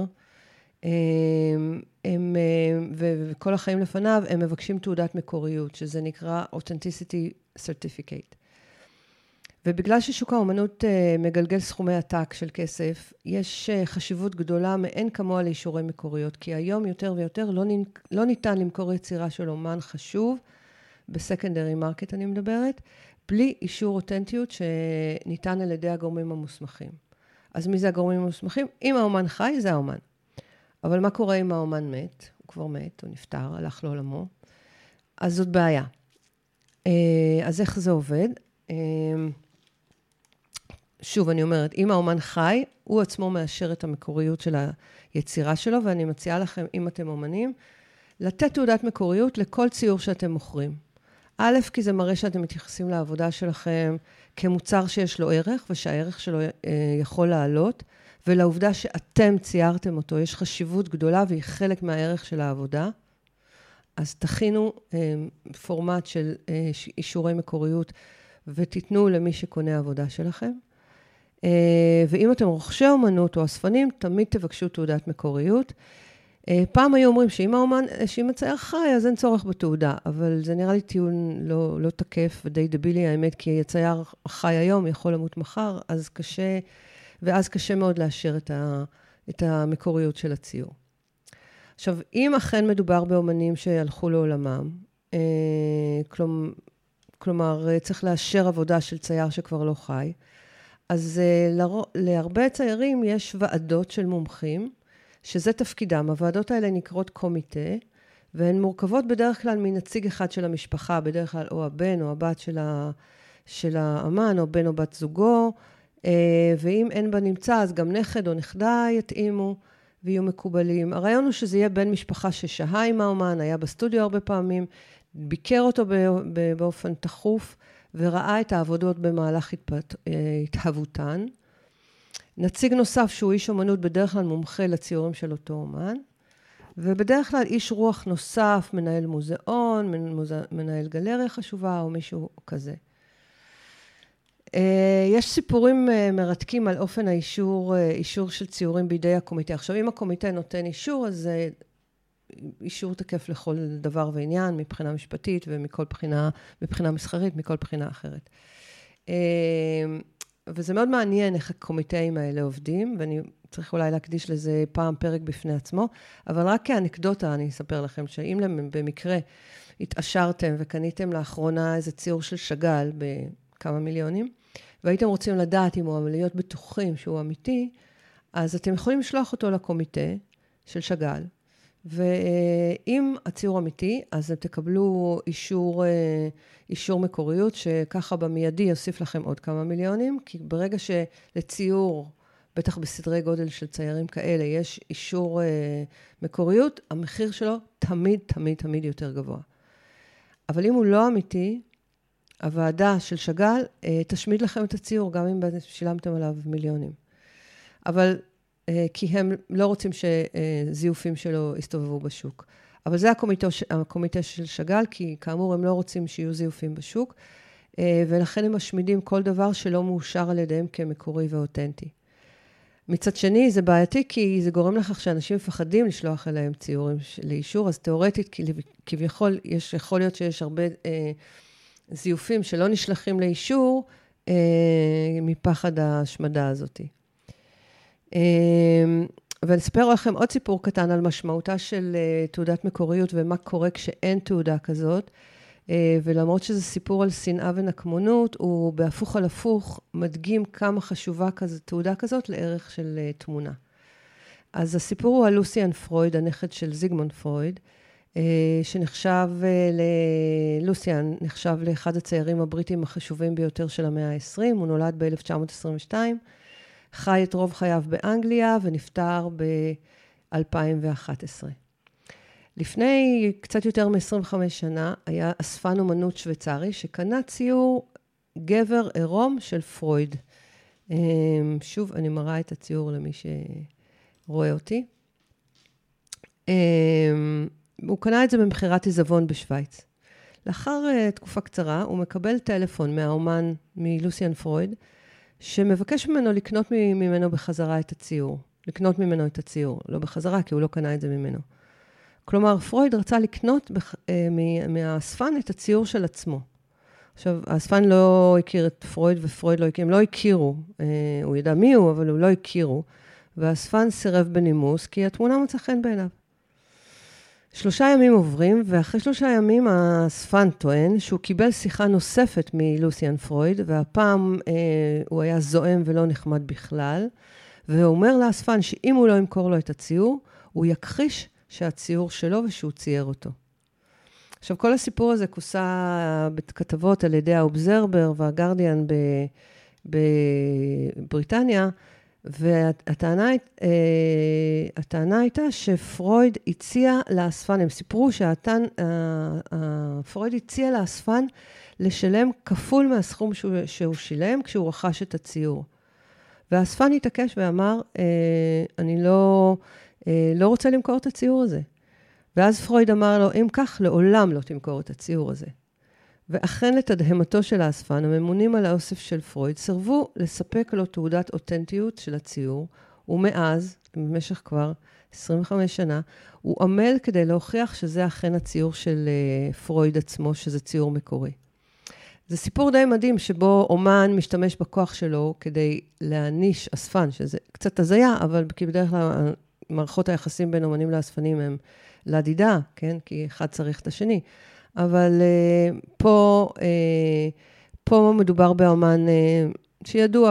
S1: הם, וכל החיים לפניו, הם מבקשים תעודת מקוריות, שזה נקרא Authenticity Certificate. ובגלל ששוק האומנות מגלגל סכומי עתק של כסף, יש חשיבות גדולה מאין כמוה לאישורי מקוריות, כי היום יותר ויותר לא, לא ניתן למכור יצירה של אומן חשוב, בסקנדרי מרקט אני מדברת, בלי אישור אותנטיות שניתן על ידי הגורמים המוסמכים. אז מי זה הגורמים המוסמכים? אם האומן חי, זה האומן. אבל מה קורה אם האומן מת? הוא כבר מת, הוא נפטר, הלך לעולמו. אז זאת בעיה. אז איך זה עובד? שוב, אני אומרת, אם האומן חי, הוא עצמו מאשר את המקוריות של היצירה שלו, ואני מציעה לכם, אם אתם אומנים, לתת תעודת מקוריות לכל ציור שאתם מוכרים. א', כי זה מראה שאתם מתייחסים לעבודה שלכם כמוצר שיש לו ערך, ושהערך שלו יכול לעלות, ולעובדה שאתם ציירתם אותו, יש חשיבות גדולה והיא חלק מהערך של העבודה. אז תכינו אה, פורמט של אה, אישורי מקוריות ותיתנו למי שקונה עבודה שלכם. אה, ואם אתם רוכשי אומנות או אספנים, תמיד תבקשו תעודת מקוריות. אה, פעם היו אומרים שאם האומן, שאם הצייר חי, אז אין צורך בתעודה, אבל זה נראה לי טיעון לא, לא תקף ודי דבילי האמת, כי הצייר חי היום יכול למות מחר, אז קשה... ואז קשה מאוד לאשר את, ה, את המקוריות של הציור. עכשיו, אם אכן מדובר באומנים שהלכו לעולמם, אה, כלומר, כלומר, צריך לאשר עבודה של צייר שכבר לא חי, אז אה, לר, להרבה ציירים יש ועדות של מומחים, שזה תפקידם. הוועדות האלה נקראות קומיטה, והן מורכבות בדרך כלל מנציג אחד של המשפחה, בדרך כלל או הבן או הבת של, ה, של האמן, או בן או בת זוגו, ואם אין בה נמצא, אז גם נכד או נכדה יתאימו ויהיו מקובלים. הרעיון הוא שזה יהיה בן משפחה ששהה עם האומן, היה בסטודיו הרבה פעמים, ביקר אותו באופן תחוף, וראה את העבודות במהלך התהוותן. נציג נוסף שהוא איש אומנות, בדרך כלל מומחה לציורים של אותו אומן, ובדרך כלל איש רוח נוסף, מנהל מוזיאון, מנהל גלריה חשובה, או מישהו כזה. יש סיפורים מרתקים על אופן האישור, אישור של ציורים בידי הקומיטה. עכשיו, אם הקומיטה נותן אישור, אז אישור תקף לכל דבר ועניין, מבחינה משפטית ומכל בחינה, מבחינה מסחרית, מכל בחינה אחרת. וזה מאוד מעניין איך הקומיטאים האלה עובדים, ואני צריך אולי להקדיש לזה פעם פרק בפני עצמו, אבל רק כאנקדוטה אני אספר לכם, שאם במקרה התעשרתם וקניתם לאחרונה איזה ציור של שגל בכמה מיליונים, והייתם רוצים לדעת אם הוא להיות בטוחים שהוא אמיתי, אז אתם יכולים לשלוח אותו לקומיטה של שגל, ואם הציור אמיתי, אז אתם תקבלו אישור, אישור מקוריות, שככה במיידי יוסיף לכם עוד כמה מיליונים, כי ברגע שלציור, בטח בסדרי גודל של ציירים כאלה, יש אישור מקוריות, המחיר שלו תמיד, תמיד, תמיד יותר גבוה. אבל אם הוא לא אמיתי, הוועדה של שגל תשמיד לכם את הציור, גם אם שילמתם עליו מיליונים. אבל כי הם לא רוצים שזיופים שלו יסתובבו בשוק. אבל זה הקומיטה, הקומיטה של שגל, כי כאמור הם לא רוצים שיהיו זיופים בשוק, ולכן הם משמידים כל דבר שלא מאושר על ידיהם כמקורי ואותנטי. מצד שני, זה בעייתי, כי זה גורם לכך שאנשים מפחדים לשלוח אליהם ציורים לאישור, אז תיאורטית, כביכול, יש, יכול להיות שיש הרבה אה, זיופים שלא נשלחים לאישור, אה, מפחד ההשמדה הזאת. אה, ונספר לכם עוד סיפור קטן על משמעותה של אה, תעודת מקוריות, ומה קורה כשאין תעודה כזאת, אה, ולמרות שזה סיפור על שנאה ונקמנות, הוא בהפוך על הפוך מדגים כמה חשובה כזאת, תעודה כזאת לערך של uh, תמונה. אז הסיפור הוא על לוסיאן פרויד, הנכד של זיגמונד פרויד, uh, שנחשב, uh, לוסיאן נחשב לאחד הציירים הבריטים החשובים ביותר של המאה ה-עשרים, הוא נולד ב-אלף תשע מאות עשרים ושתיים, חי את רוב חייו באנגליה ונפטר ב-אלפיים ואחת עשרה. לפני קצת יותר מ-עשרים וחמש שנה, היה אספן אומנות שוויצרי שקנה ציור גבר עירום של פרויד. שוב, אני מראה את הציור למי שרואה אותי. הוא קנה את זה במחירת עיזבון בשוויץ. לאחר תקופה קצרה, הוא מקבל טלפון מהאומן, מלוסיאן פרויד, שמבקש ממנו לקנות ממנו בחזרה את הציור. לקנות ממנו את הציור. לא בחזרה, כי הוא לא קנה את זה ממנו. כלומר, פרויד רצה לקנות בח... מהאספן את הציור של עצמו. עכשיו, האספן לא הכיר את פרויד, ופרויד לא הכיר, הם לא הכירו. הוא ידע מי הוא, אבל הוא לא הכירו. והאספן סירב בנימוס, כי התמונה מצא חן בעיניו. שלושה ימים עוברים, ואחרי שלושה ימים האספן טוען שהוא קיבל שיחה נוספת מלוסיאן פרויד, והפעם אה, הוא היה זועם ולא נחמד בכלל, והוא אומר לאספן שאם הוא לא ימכור לו את הציור, הוא יכחיש שהציור שלו ושהוא צייר אותו. עכשיו, כל הסיפור הזה כוסה בכתבות על ידי האובזרבר והגרדיאן בבריטניה, והטענה הטענה הייתה שפרויד הציע לאספן, הם סיפרו שפרויד הציע לאספן לשלם כפול מהסכום שהוא, שהוא שילם כשהוא רכש את הציור. והאספן התעקש ואמר, אני לא... לא רוצה למכור את הציור הזה. ואז פרויד אמר לו, אם כך, לעולם לא תמכור את הציור הזה. ואכן לתדהמתו של האספן, הממונים על האוסף של פרויד, סרבו לספק לו תעודת אותנטיות של הציור, ומאז, במשך כבר עשרים וחמש שנה, הוא עמל כדי להוכיח שזה אכן הציור של פרויד עצמו, שזה ציור מקורי. זה סיפור די מדהים, שבו אומן משתמש בכוח שלו כדי להניש אספן, שזה קצת הזיה, אבל כי בדרך כלל מערכות היחסים בין אומנים לאספנים הם לדידה, כן? כי אחד צריך את השני. אבל uh, פה, uh, פה מדובר באומן uh, שידוע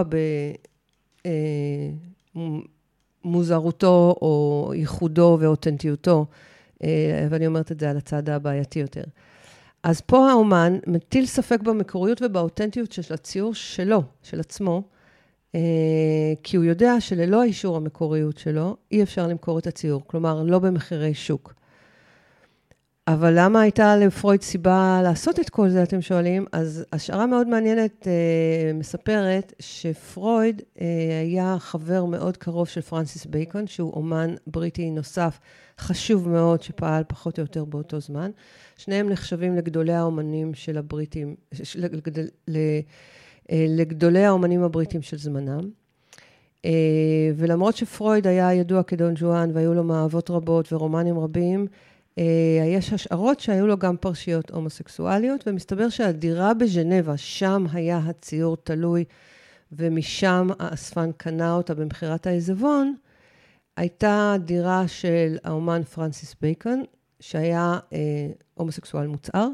S1: במוזרותו uh, או ייחודו ואותנטיותו, uh, ואני אומרת את זה על הצד הבעייתי יותר. אז פה האומן מטיל ספק במקוריות ובאותנטיות של הציור שלו, של עצמו, כי הוא יודע שללא האישור המקוריות שלו, אי אפשר למכור את הציור, כלומר, לא במחירי שוק. אבל למה הייתה לפרויד סיבה לעשות את כל זה, אתם שואלים? אז השערה מאוד מעניינת מספרת שפרויד היה חבר מאוד קרוב של פרנסיס בייקון, שהוא אומן בריטי נוסף, חשוב מאוד, שפעל פחות או יותר באותו זמן. שניהם נחשבים לגדולי האומנים של הבריטים, לגדל, לגדולי האומנים הבריטים של זמנם. ולמרות שפרויד היה ידוע כדון ג'ואן, והיו לו מאהבות רבות ורומנים רבים, יש השערות שהיו לו גם פרשיות הומוסקסואליות, ומסתבר שהדירה בז'נבה, שם היה הציור תלוי, ומשם האספן קנה אותה במחירת העיזבון, הייתה דירה של האומן פרנסיס בייקון, שהיה אה, הומוסקסואל מוצהר,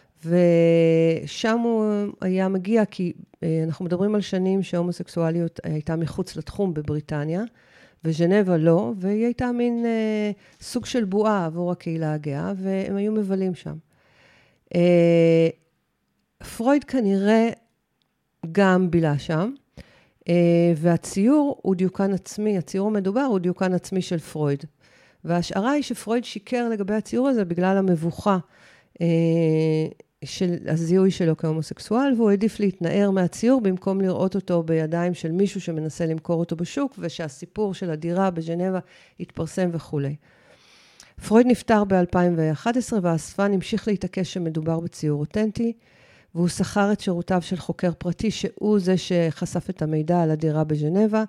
S1: ושם הוא היה מגיע, כי אה, אנחנו מדברים על שנים שההומוסקסואליות הייתה מחוץ לתחום בבריטניה, וז'נבה לא, והיא הייתה מין אה, סוג של בועה עבור הקהילה הגאה, והם היו מבלים שם. אה, פרויד כנראה גם בילה שם, אה, והציור הוא דיוקן עצמי, הציור המדובר הוא דיוקן עצמי של פרויד. וההשערה היא שפרויד שיקר לגבי הציור הזה בגלל המבוכה אה, של הזיהוי שלו כהומוסקסואל, והוא העדיף להתנער מהציור, במקום לראות אותו בידיים של מישהו שמנסה למכור אותו בשוק, ושהסיפור של הדירה בז'נבה יתפרסם וכו'. פרויד נפטר ב-אלפיים ואחת עשרה, והאספן המשיך להתעקש שמדובר בציור אותנטי, והוא שכר את שירותיו של חוקר פרטי, שהוא זה שחשף את המידע על הדירה בז'נבה,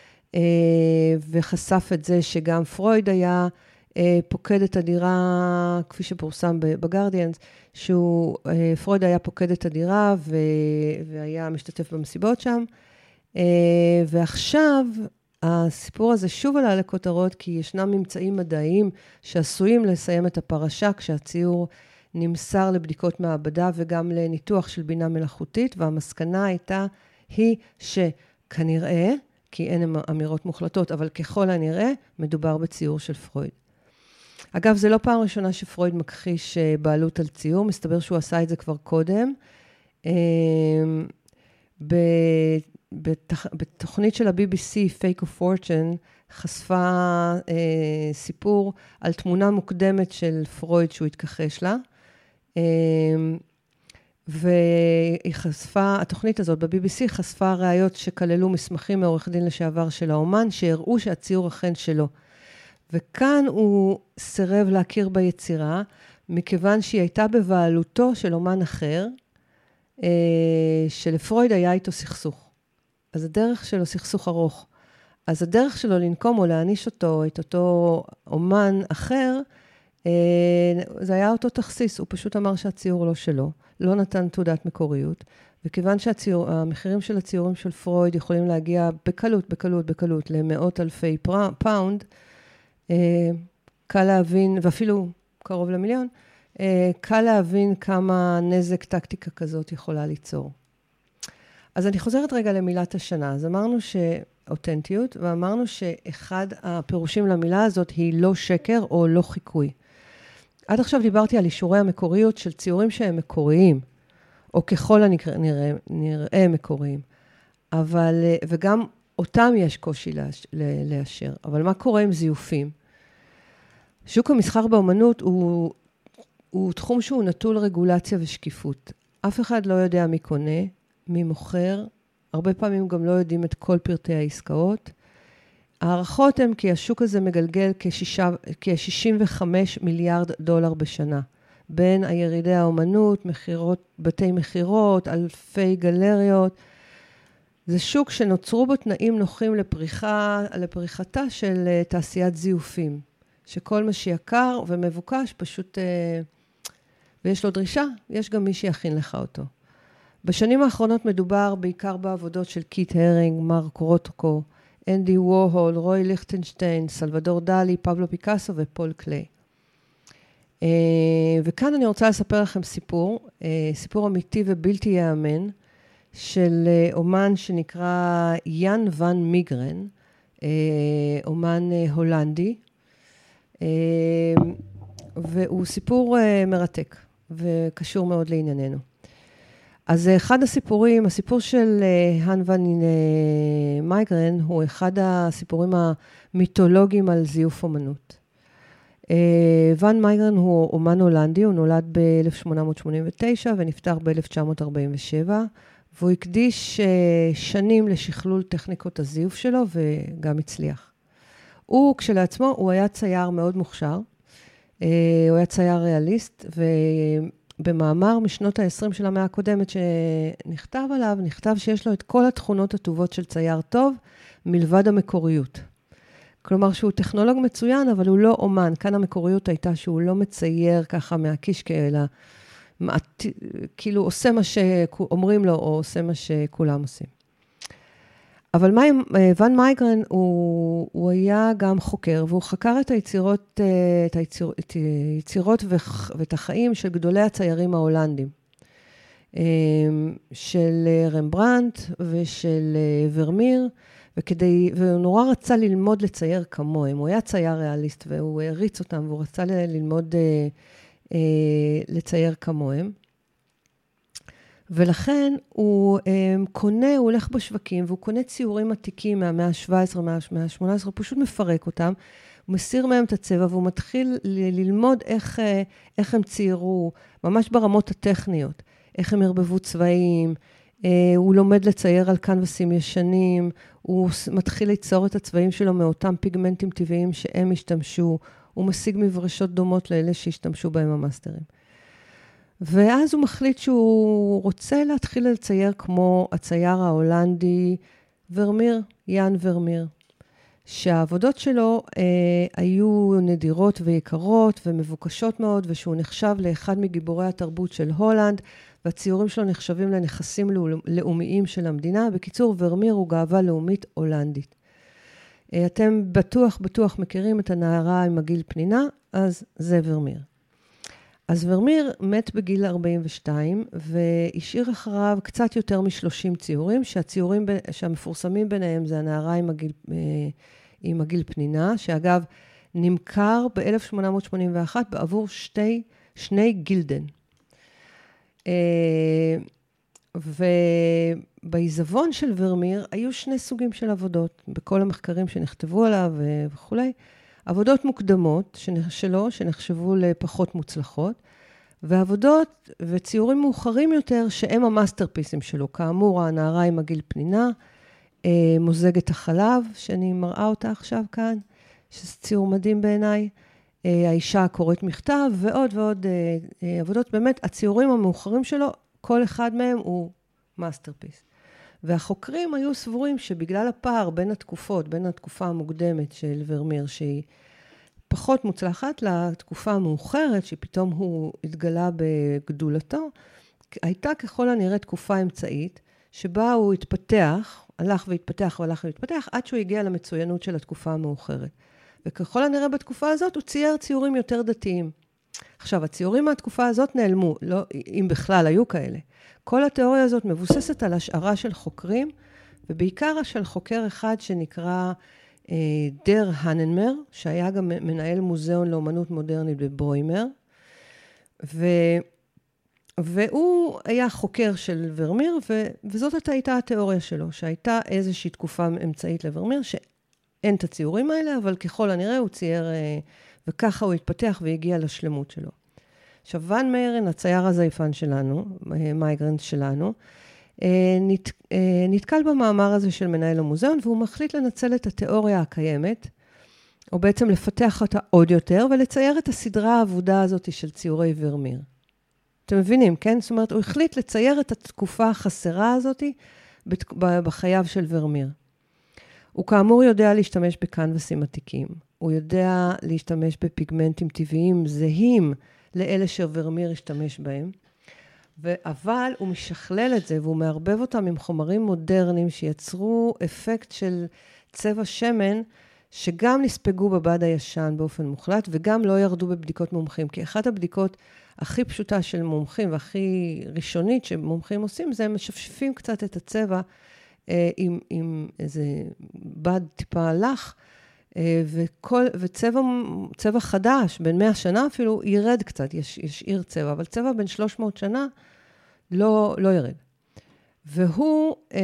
S1: וחשף את זה שגם פרויד היה פוקד את הדירה, כפי שפורסם בגרדיאנס, שהוא, פרויד היה פוקד את הדירה והיה משתתף במסיבות שם. ועכשיו הסיפור הזה שוב עלה לכותרות, כי ישנם ממצאים מדעיים שעשויים לסיים את הפרשה, כשהציור נמסר לבדיקות מעבדה וגם לניתוח של בינה מלאכותית, והמסקנה הייתה היא שכנראה, כי אין אמירות מוחלטות, אבל ככל הנראה, מדובר בציור של פרויד. אגב, זה לא פעם ראשונה שפרויד מכחיש בעלות על ציור, מסתבר שהוא עשה את זה כבר קודם. בתוכנית של ה-בי בי סי, Fake of Fortune, חשפה סיפור על תמונה מוקדמת של פרויד שהוא התכחש לה, והיא חשפה, התוכנית הזאת ב-בי בי סי חשפה ראיות שכללו מסמכים מעורך דין לשעבר של האומן, שהראו שהציור אכן שלו. וכאן הוא סירב להכיר ביצירה, מכיוון שהיא הייתה בבעלותו של אומן אחר, שלפרויד היה איתו סכסוך. אז הדרך שלו סכסוך ארוך. אז הדרך שלו לנקום או להעניש אותו, את אותו אומן אחר, זה היה אותו תכסיס, הוא פשוט אמר שהציור לא שלו, לא נתן תעודת מקוריות, וכיוון שהמחירים של הציורים של פרויד יכולים להגיע בקלות, בקלות, בקלות, למאות אלפי פאונד, קל להבין, ואפילו קרוב למיליון, קל להבין כמה נזק טקטיקה כזאת יכולה ליצור. אז אני חוזרת רגע למילת השנה. אז אמרנו שאותנטיות, ואמרנו שאחד הפירושים למילה הזאת היא לא שקר או לא חיקוי. עד עכשיו דיברתי על אישורי המקוריות של ציורים שהם מקוריים, או ככל הנראה נראה מקוריים. אבל, וגם אותם יש קושי לאשר. אבל מה קורה עם זיופים? שוק המסחר באמנות הוא, הוא תחום שהוא נטול רגולציה ושקיפות. אף אחד לא יודע מי קונה, מי מוכר. הרבה פעמים גם לא יודעים את כל פרטי העסקאות. הערכות הן כי השוק הזה מגלגל כ-שישים וחמישה מיליארד דולר בשנה. בין הירידי האמנות, מחירות, בתי מחירות, אלפי גלריות. זה שוק שנוצרו בו תנאים נוחים לפריחה, לפריחתה של תעשיית זיופים. שכל מה שיקר ומבוקש פשוט, ויש לו דרישה, יש גם מי שיכין לך אותו. בשנים האחרונות מדובר בעיקר בעבודות של קיט הרינג, מרק רוטקו, אנדי וורהול, רוי ליכטנשטיין, סלבדור דלי, פבלו פיקאסו ופול קליי. וכאן אני רוצה לספר לכם סיפור, סיפור אמיתי ובלתי יאמן, של אומן שנקרא יאן ון מיגרן, אומן הולנדי, והוא סיפור מרתק וקשור מאוד לענייננו. אז אחד הסיפורים, הסיפור של האן ון מייגרן, הוא אחד הסיפורים המיתולוגיים על זיוף אומנות. ון מייגרן הוא אומן הולנדי, הוא נולד ב-אלף שמונה מאות שמונים ותשע ונפטר ב-אלף תשע מאות ארבעים ושבע, והוא הקדיש שנים לשכלול טכניקות הזיוף שלו וגם הצליח. הוא כשלעצמו, הוא היה צייר מאוד מוכשר, הוא היה צייר ריאליסט, ובמאמר משנות ה-עשרים של המאה הקודמת שנכתב עליו, נכתב שיש לו את כל התכונות הטובות של צייר טוב, מלבד המקוריות. כלומר שהוא טכנולוג מצוין, אבל הוא לא אומן. כאן המקוריות הייתה שהוא לא מצייר ככה מהקישקע, אלא כאילו עושה מה שאומרים לו, או עושה מה שכולם עושים. אבל ון מייגרן הוא, הוא היה גם חוקר, והוא חקר את היצירות, את היציר, את היצירות ואת החיים של גדולי הציירים ההולנדים. של רמברנט ושל ורמיר, וכדי, והוא נורא רצה ללמוד לצייר כמוהם. הוא היה צייר ריאליסט, והוא הריץ אותם, והוא רצה ללמוד לצייר כמוהם. ולכן הוא קונה, הוא הולך בשווקים, והוא קונה ציורים עתיקים מהמאה ה-שבע עשרה, מהמאה ה-שמונה עשרה, הוא פשוט מפרק אותם, הוא מסיר מהם את הצבע, והוא מתחיל ל- ללמוד איך, איך הם ציירו, ממש ברמות הטכניות, איך הם הרבבו צבעים, הוא לומד לצייר על קנבסים ישנים, הוא מתחיל ליצור את הצבעים שלו מאותם פיגמנטים טבעיים שהם השתמשו, הוא משיג מברשות דומות לאלה שהשתמשו בהם המאסטרים. ואז הוא מחליט שהוא רוצה להתחיל לצייר כמו הצייר ההולנדי ורמיר, יאן ורמיר, שהעבודות שלו אה, היו נדירות ויקרות ומבוקשות מאוד, ושהוא נחשב לאחד מגיבורי התרבות של הולנד, והציורים שלו נחשבים לנכסים לאומיים של המדינה. בקיצור, ורמיר הוא גאווה לאומית הולנדית. אה, אתם בטוח, בטוח מכירים את הנערה עם הגיל פנינה, אז זה ורמיר. אז ורמיר מת בגיל ארבעים ושתיים, והשאיר אחריו קצת יותר מ-שלושים ציורים, שהציורים שהמפורסמים ביניהם זה הנערה עם הגיל, עם הגיל פנינה, שאגב נמכר ב-אלף שמונה מאות שמונים ואחת בעבור שתי, שני גילדן. ובעיזבון של ורמיר היו שני סוגים של עבודות, בכל המחקרים שנכתבו עליו וכו'. עבודות מוקדמות שלו, שנחשבו לפחות מוצלחות, ועבודות וציורים מאוחרים יותר, שהם המאסטרפיסים שלו. כאמור, הנערה עם הגיל פנינה, מוזגת החלב, שאני מראה אותה עכשיו כאן, שזה ציור מדהים בעיניי, האישה הקוראת מכתב, ועוד ועוד עבודות. באמת, הציורים המאוחרים שלו, כל אחד מהם הוא מאסטרפיס. והחוקרים היו סבורים שבגלל הפער בין התקופות, בין התקופה המוקדמת של ורמיר, שהיא פחות מוצלחת, לתקופה המאוחרת, שפתאום הוא התגלה בגדולתו, הייתה ככל הנראה תקופה אמצעית, שבה הוא התפתח, הלך והתפתח והלך והתפתח, עד שהוא הגיע למצוינות של התקופה המאוחרת. וככל הנראה בתקופה הזאת הוא צייר ציורים יותר דתיים. עכשיו, הציורים מהתקופה הזאת נעלמו, לא, אם בכלל היו כאלה. כל התיאוריה הזאת מבוססת על השערה של חוקרים, ובעיקר של חוקר אחד שנקרא אה, דר הננמר, שהיה גם מנהל מוזיאון לאומנות מודרנית בבוימר, ו, והוא היה חוקר של ורמיר, ו, וזאת הייתה התיאוריה שלו, שהייתה איזושהי תקופה אמצעית לוורמיר, שאין את הציורים האלה, אבל ככל הנראה הוא צייר, אה, וככה הוא התפתח והגיע לשלמות שלו. עכשיו, ואן מיירן, הצייר הזייפן שלנו, מייגרן שלנו, נת, נתקל במאמר הזה של מנהל המוזיאון, והוא מחליט לנצל את התיאוריה הקיימת, או בעצם לפתח אותה עוד יותר, ולצייר את הסדרה העבודה הזאת של ציורי ורמיר. אתם מבינים, כן? זאת אומרת, הוא החליט לצייר את התקופה החסרה הזאת בחייו של ורמיר. הוא כאמור יודע להשתמש בקנבסים עתיקים. הוא יודע להשתמש בפיגמנטים טבעיים זהים, לאלה שוורמיר השתמש בהם, אבל הוא משכלל את זה, והוא מערבב אותם עם חומרים מודרניים, שיצרו אפקט של צבע שמן, שגם נספגו בבד הישן באופן מוחלט, וגם לא ירדו בבדיקות מומחים, כי אחת הבדיקות הכי פשוטה של מומחים, והכי ראשונית שמומחים עושים, זה הם משפשפים קצת את הצבע, אה, עם, עם איזה בד טיפה הלך, וכל, וצבע צבע חדש, בין מאה שנה אפילו, ירד קצת, יש, ישאיר צבע, אבל צבע בין שלוש מאות שנה לא, לא ירד. והוא אה,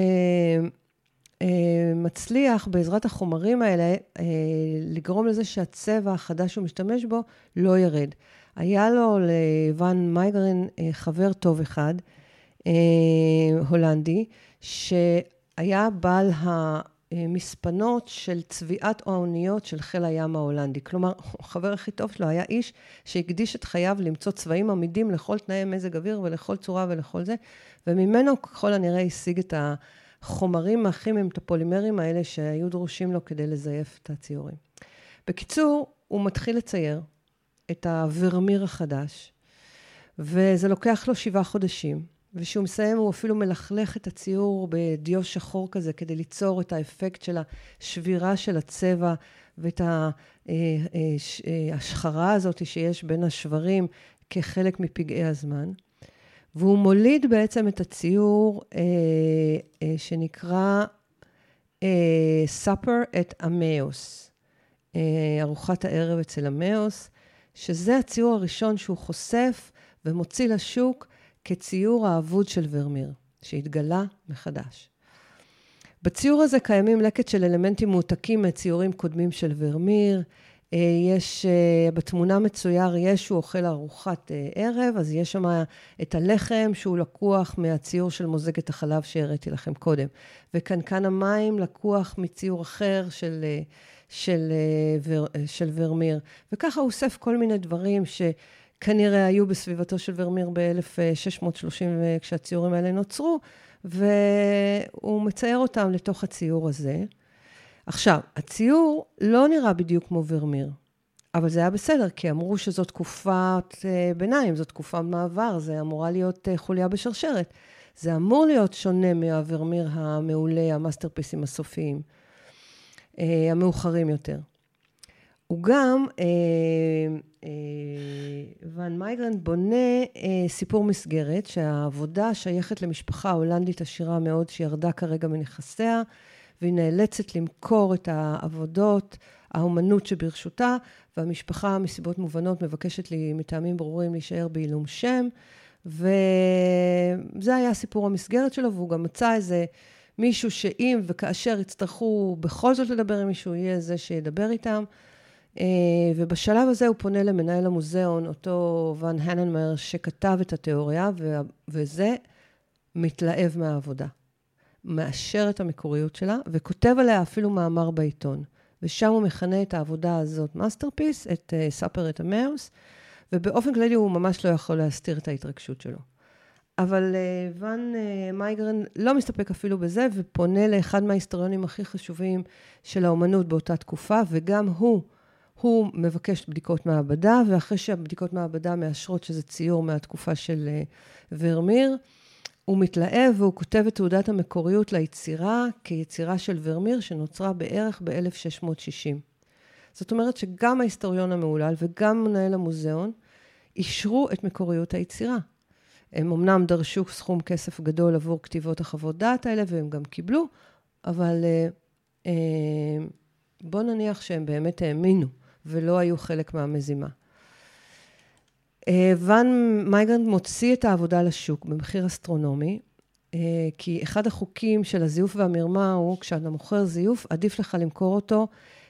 S1: אה, מצליח בעזרת החומרים האלה, אה, לגרום לזה שהצבע החדש שהוא משתמש בו לא ירד. היה לו לוואן מייגרן אה, חבר טוב אחד, אה, הולנדי, שהיה בעל ה... מספנות של צביעת האוניות של חיל הים ההולנדי. כלומר, החבר הכי טוב שלו היה איש שהקדיש את חייו למצוא צבעים עמידים לכל תנאי מזג אוויר ולכל צורה ולכל זה, וממנו ככל הנראה השיג את החומרים הכימיים, את הפולימרים האלה שהיו דרושים לו כדי לזייף את הציורים. בקיצור, הוא מתחיל לצייר את הוורמיר החדש, וזה לוקח לו שבעה חודשים. ושהוא מסיים, הוא אפילו מלכלך את הציור בדיו שחור כזה, כדי ליצור את האפקט של השבירה של הצבע, ואת השחרה הזאת שיש בין השברים, כחלק מפגעי הזמן. והוא מוליד בעצם את הציור שנקרא Supper at Emmaus, ארוחת הערב אצל אמאוס, שזה הציור הראשון שהוא חושף ומוציא לשוק, כציור האבוד של ורמיר, שהתגלה מחדש. בציור הזה קיימים לקט של אלמנטים מועתקים מציורים קודמים של ורמיר, יש, בתמונה מצויר, יש שהוא אוכל ארוחת ערב, אז יש שם את הלחם שהוא לקוח מהציור של מוזגת החלב שהראיתי לכם קודם. וקנקן המים לקוח מציור אחר של, של, של ורמיר. וככה הוא אוסף כל מיני דברים שכנראה היו בסביבתו של ורמיר ב-אלף שש מאות שלושים כשהציורים האלה נוצרו, והוא מצייר אותם לתוך הציור הזה. עכשיו, הציור לא נראה בדיוק כמו ורמיר, אבל זה היה בסדר, כי אמרו שזו תקופת ביניים, זו תקופה מעבר, זה אמורה להיות חוליה בשרשרת. זה אמור להיות שונה מהוורמיר המעולה, המאסטרפיסים הסופיים, המאוחרים יותר. הוא גם, ואן מייגרן בונה סיפור מסגרת, שהעבודה שייכת למשפחה הולנדית עשירה מאוד, שירדה כרגע מנכסיה, והיא נאלצת למכור את העבודות, האומנות שברשותה, והמשפחה מסיבות מובנות מבקשת לי מטעמים ברורים להישאר בעילום שם, וזה היה סיפור המסגרת שלו, והוא גם מצא איזה מישהו שאם וכאשר יצטרכו בכל זאת לדבר עם מישהו, יהיה זה שידבר איתם, ובשלב הזה הוא פונה למנהל המוזיאון, אותו ואן הננמר, שכתב את התיאוריה, וזה מתלהב מהעבודה. מאשר את המקוריות שלה, וכותב עליה אפילו מאמר בעיתון. ושם הוא מכנה את העבודה הזאת מאסטרפיס, את סאפר את המאוס, ובאופן כללי הוא ממש לא יכול להסתיר את ההתרגשות שלו. אבל ואן מייגרן לא מסתפק אפילו בזה, ופונה לאחד מההיסטוריונים הכי חשובים של האומנות באותה תקופה, וגם הוא, הוא מבקש בדיקות מעבדה, ואחרי שהבדיקות מעבדה מאשרות שזה ציור מהתקופה של ורמיר, הוא מתלהב והוא כותב את תעודת המקוריות ליצירה כיצירה של ורמיר שנוצרה בערך ב-אלף שש מאות שישים. זאת אומרת שגם ההיסטוריון המעולל וגם מנהל המוזיאון אישרו את מקוריות היצירה. הם אמנם דרשו סכום כסף גדול עבור כתיבות החוות דעת האלה והם גם קיבלו, אבל אה, אה, בוא נניח שהם באמת האמינו ולא היו חלק מהמזימה. ואן מייגרן מוציא את העבודה לשוק במחיר אסטרונומי, כי אחד החוקים של הזיוף והמרמה הוא, כשאתה מוכר זיוף, עדיף לך למכור אותו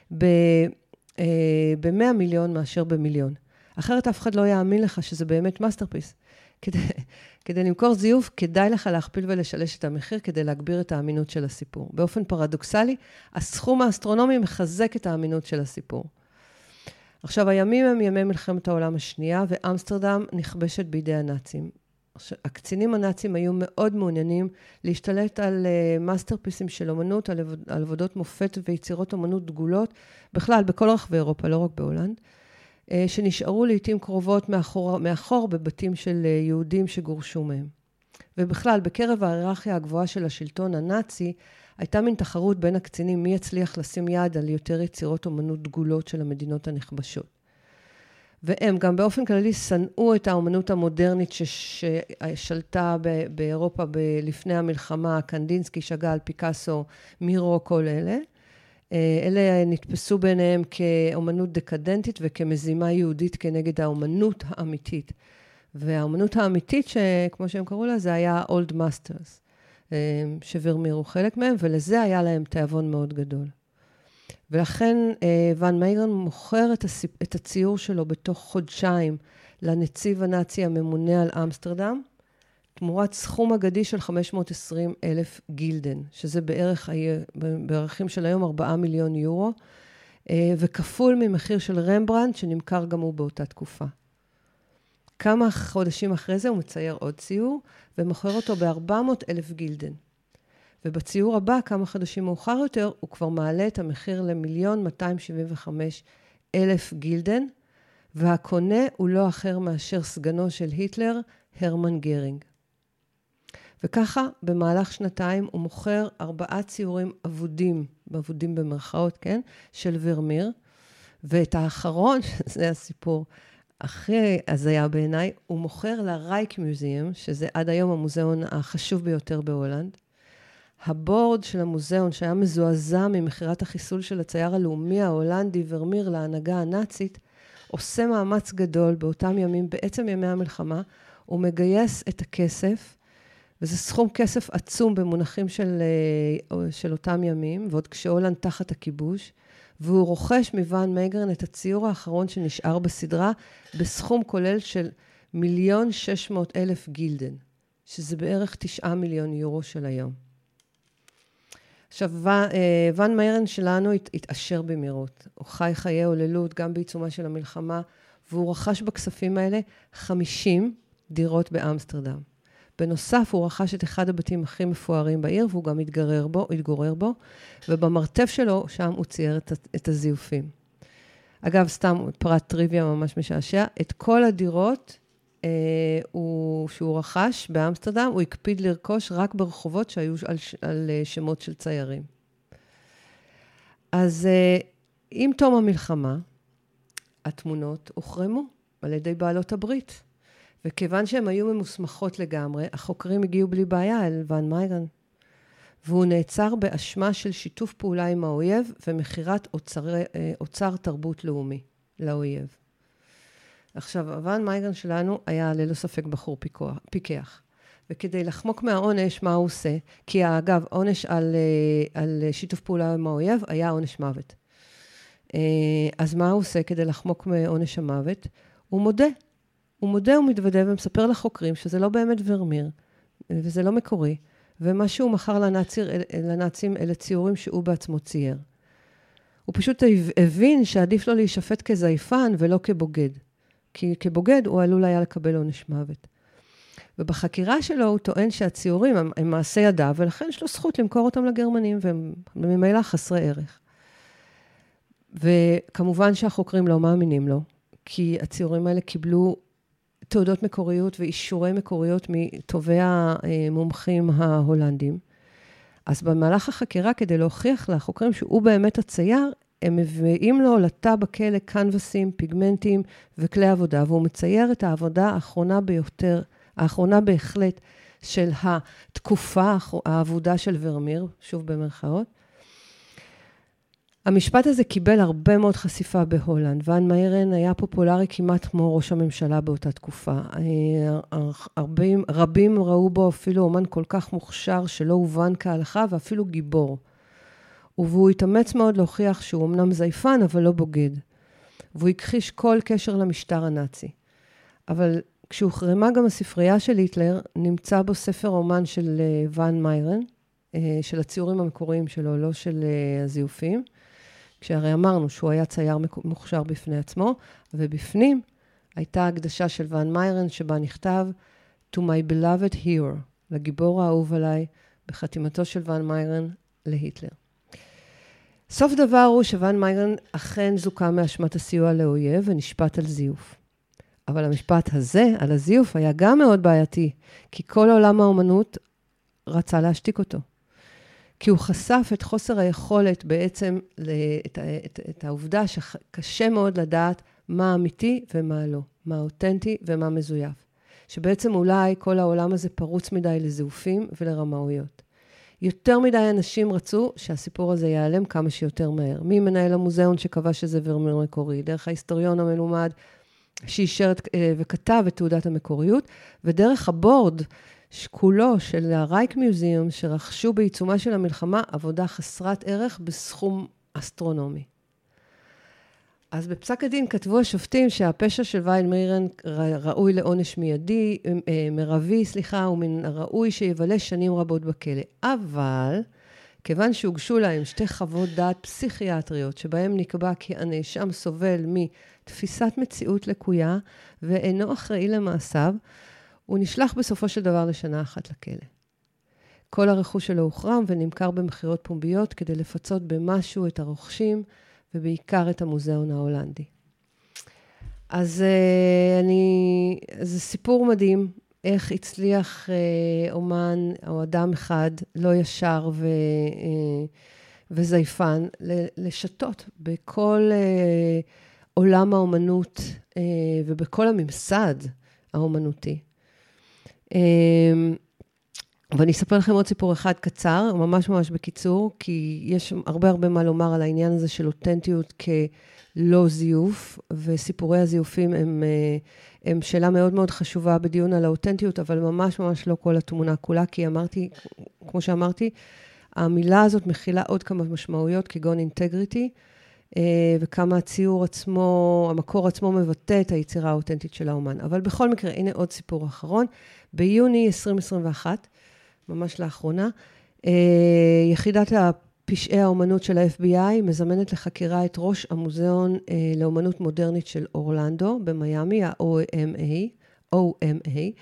S1: ב-מאה מיליון מאשר במיליון. אחרת אף אחד לא יאמין לך שזה באמת מאסטרפיס. כדי, כדי למכור זיוף, כדאי לך להכפיל ולשלש את המחיר כדי להגביר את האמינות של הסיפור. באופן פרדוקסלי, הסכום האסטרונומי מחזק את האמינות של הסיפור. עכשיו, הימים הם ימי מלחמת העולם השנייה, ואמסטרדם נכבשת בידי הנאצים. הקצינים הנאצים היו מאוד מעוניינים להשתלט על מאסטרפיסים של אומנות, על עבודות מופת ויצירות אומנות דגולות, בכלל בכל רחבי אירופה, לא רק בהולנד, שנשארו לעתים קרובות מאחור, מאחור בבתים של יהודים שגורשו מהם. ובכלל, בקרב ההיררכיה הגבוהה של השלטון הנאצי, הייתה מין תחרות בין הקצינים מי יצליח לשים יד על יותר יצירות אומנות דגולות של המדינות הנכבשות. והם גם באופן כללי שנאו את האומנות המודרנית ששלטה באירופה לפני המלחמה, קנדינסקי, שאגאל, פיקאסו, מירו, כל אלה. אלה נתפסו ביניהם כאומנות דקדנטית וכמזימה יהודית כנגד האומנות האמיתית. והאומנות האמיתית, שכמו שהם קראו לה, זה היה Old Masters. שוורמיר הוא חלק מהם, ולזה היה להם תיאבון מאוד גדול. ולכן ואן מייגרן מוכר את, הסיפ... את הציור שלו בתוך חודשיים לנציב הנאצי הממונה על אמסטרדם, תמורת סכום אגדי של חמש מאות ועשרים אלף גילדן, שזה בערך, בערכים של היום ארבעה מיליון יורו, וכפול ממחיר של רמברנדט שנמכר גם הוא באותה תקופה. כמה חודשים אחרי זה הוא מצייר עוד ציור, ומוכר אותו ב-ארבע מאות אלף גילדן. ובציור הבא, כמה חודשים מאוחר יותר, הוא כבר מעלה את המחיר למיליון מאתיים שבעים וחמש אלף גילדן, והקונה הוא לא אחר מאשר סגנו של היטלר, הרמן גרינג. וככה, במהלך שנתיים, הוא מוכר ארבעה ציורים אבודים, אבודים במרכאות, כן? של ורמיר, ואת האחרון, זה הסיפור, הכי הזיה בעיניי, הוא מוכר לרייק מוזיאום, שזה עד היום המוזיאון החשוב ביותר בהולנד. הבורד של המוזיאון, שהיה מזועזע ממחירת החיסול של הצייר הלאומי ההולנדי ורמיר להנהגה הנאצית, עושה מאמץ גדול באותם ימים, בעצם ימי המלחמה, הוא מגייס את הכסף, וזה סכום כסף עצום במונחים של, של אותם ימים, ועוד כשהולנד תחת הכיבוש, והוא רוכש מוואן מייגרן את הציור האחרון שנשאר בסדרה, בסכום כולל של מיליון שש מאות אלף גילדן, שזה בערך תשעה מיליון יורו של היום. עכשיו, וואן מייגרן שלנו התעשר במהירות. הוא חי חיי הוללות גם בעיצומה של המלחמה, והוא רכש בכספים האלה חמישים דירות באמסטרדם. בנוסף, הוא רכש את אחד הבתים הכי מפוארים בעיר, והוא גם התגורר בו, התגורר בו, ובמרתף שלו, שם הוא צייר את, את הזיופים. אגב, סתם פרט טריוויה ממש משעשע, את כל הדירות אה, הוא, שהוא רכש באמסטרדם, הוא הקפיד לרכוש רק ברחובות שהיו על, על שמות של ציירים. אז אה, עם תום המלחמה, התמונות הוחרמו על ידי בעלות הברית. וכיוון שהן היו ממוסמכות לגמרי, החוקרים הגיעו בלי בעיה אל וואן מייגרן. והוא נעצר באשמה של שיתוף פעולה עם האויב ומחירת אוצר, אוצר תרבות לאומי לאויב. עכשיו, וואן מייגרן שלנו היה ללא ספק בחור פיקוח, פיקח. וכדי לחמוק מהעונש, מה הוא עושה? כי אגב, עונש על, על שיתוף פעולה עם האויב היה עונש מוות. אז מה הוא עושה כדי לחמוק מעונש המוות? הוא מודה. הוא מודה ומתוודה ומספר לחוקרים שזה לא באמת ורמיר, וזה לא מקורי, ומה שהוא מכר לנאצים, לנאצים אלה ציורים שהוא בעצמו צייר. הוא פשוט הבין שעדיף לו להישפט כזייפן ולא כבוגד, כי כבוגד הוא עלול היה לקבל עונש מוות. ובחקירה שלו הוא טוען שהציורים הם, הם מעשה ידיו, ולכן יש לו זכות למכור אותם לגרמנים, והם ממילא חסרי ערך. וכמובן שהחוקרים לא מאמינים לו, כי הציורים האלה קיבלו תעודות מקוריות ואישורי מקוריות מטובי המומחים ההולנדים. אז במהלך החקירה, כדי להוכיח לחוקרים שהוא באמת הצייר, הם מביאים לו לתא בכלא קנבסים, פיגמנטים וכלי עבודה, והוא מצייר את העבודה האחרונה ביותר, האחרונה בהחלט של התקופה העבודה של ורמיר, שוב במרכאות. המשפט הזה קיבל הרבה מאוד חשיפה בהולנד. וואן מייגרן היה פופולרי כמעט כמו ראש הממשלה באותה תקופה. רבים, רבים ראו בו אפילו אומן כל כך מוכשר שלא הובן כהלכה ואפילו גיבור. והוא התאמץ מאוד להוכיח שהוא אמנם זייפן אבל לא בוגד. והוא הכחיש כל קשר למשטר הנאצי. אבל כשהוחרמה גם הספרייה של היטלר, נמצא בו ספר אומן של וואן מייגרן, של הציורים המקוריים שלו, לא של הזיופים. כשהרי אמרנו שהוא היה צייר מוכשר בפני עצמו, ובפנים הייתה הקדשה של וואן מייגרן שבה נכתב To my beloved hero, לגיבור האהוב עליי, בחתימתו של וואן מייגרן להיטלר. סוף דבר הוא שוואן מייגרן אכן זוכה מאשמת הסיוע לאויב ונשפט על זיוף. אבל המשפט הזה, על הזיוף, היה גם מאוד בעייתי, כי כל עולם האומנות רצה להשתיק אותו. כי הוא חשף את חוסר היכולת בעצם, את, את, את העובדה שקשה מאוד לדעת מה אמיתי ומה לא, מה אותנטי ומה מזויף. שבעצם אולי כל העולם הזה פרוץ מדי לזיופים ולרמאויות. יותר מדי אנשים רצו שהסיפור הזה ייעלם כמה שיותר מהר. מי מנהל המוזיאון שקבע שזה ורמיר מקורי, דרך ההיסטוריון המלומד שאישר וכתב את תעודת המקוריות, ודרך הבורד כולו של הרייק מיוזיאום שרכשו בעיצומה של המלחמה עבודה חסרת ערך בסכום אסטרונומי. אז בפסק הדין כתבו השופטים שהפשע של וואן מייגרן ראוי לעונש מיידי, מרבי, סליחה, ומן הראוי שיבלה שנים רבות בכלא. אבל כיוון שהוגשו להם שתי חוות דעת פסיכיאטריות שבהם נקבע כי הנאשם סובל מתפיסת מציאות לקויה ואינו אחראי למעשיו, הוא נשלח בסופו של דבר לשנה אחת לכלא. כל הרכוש שלו הוחרם ונמכר במחירות פומביות כדי לפצות במשהו את הרוכשים ובעיקר את המוזיאון ההולנדי. אז אני, זה סיפור מדהים, איך הצליח אומן או אדם אחד לא ישר ו, וזייפן לשתות בכל עולם האומנות ובכל הממסד האומנותי. ואני אספר לכם עוד סיפור אחד קצר, ממש ממש בקיצור, כי יש הרבה הרבה מה לומר על העניין הזה של אותנטיות כלא זיוף, וסיפורי הזיופים הם, הם שאלה מאוד מאוד חשובה בדיון על האותנטיות, אבל ממש ממש לא כל התמונה כולה, כי אמרתי, כמו שאמרתי, המילה הזאת מכילה עוד כמה משמעויות, כגון אינטגריטי, וכמה הציור עצמו, המקור עצמו מבטא את היצירה האותנטית של האומן. אבל בכל מקרה, הנה עוד סיפור אחרון. ביוני עשרים עשרים ואחת, ממש לאחרונה, יחידת פשעי האומנות של ה-אף בי איי מזמנת לחקירה את ראש המוזיאון לאומנות מודרנית של אורלנדו, במיימי, ה-או אם איי, או אם איי,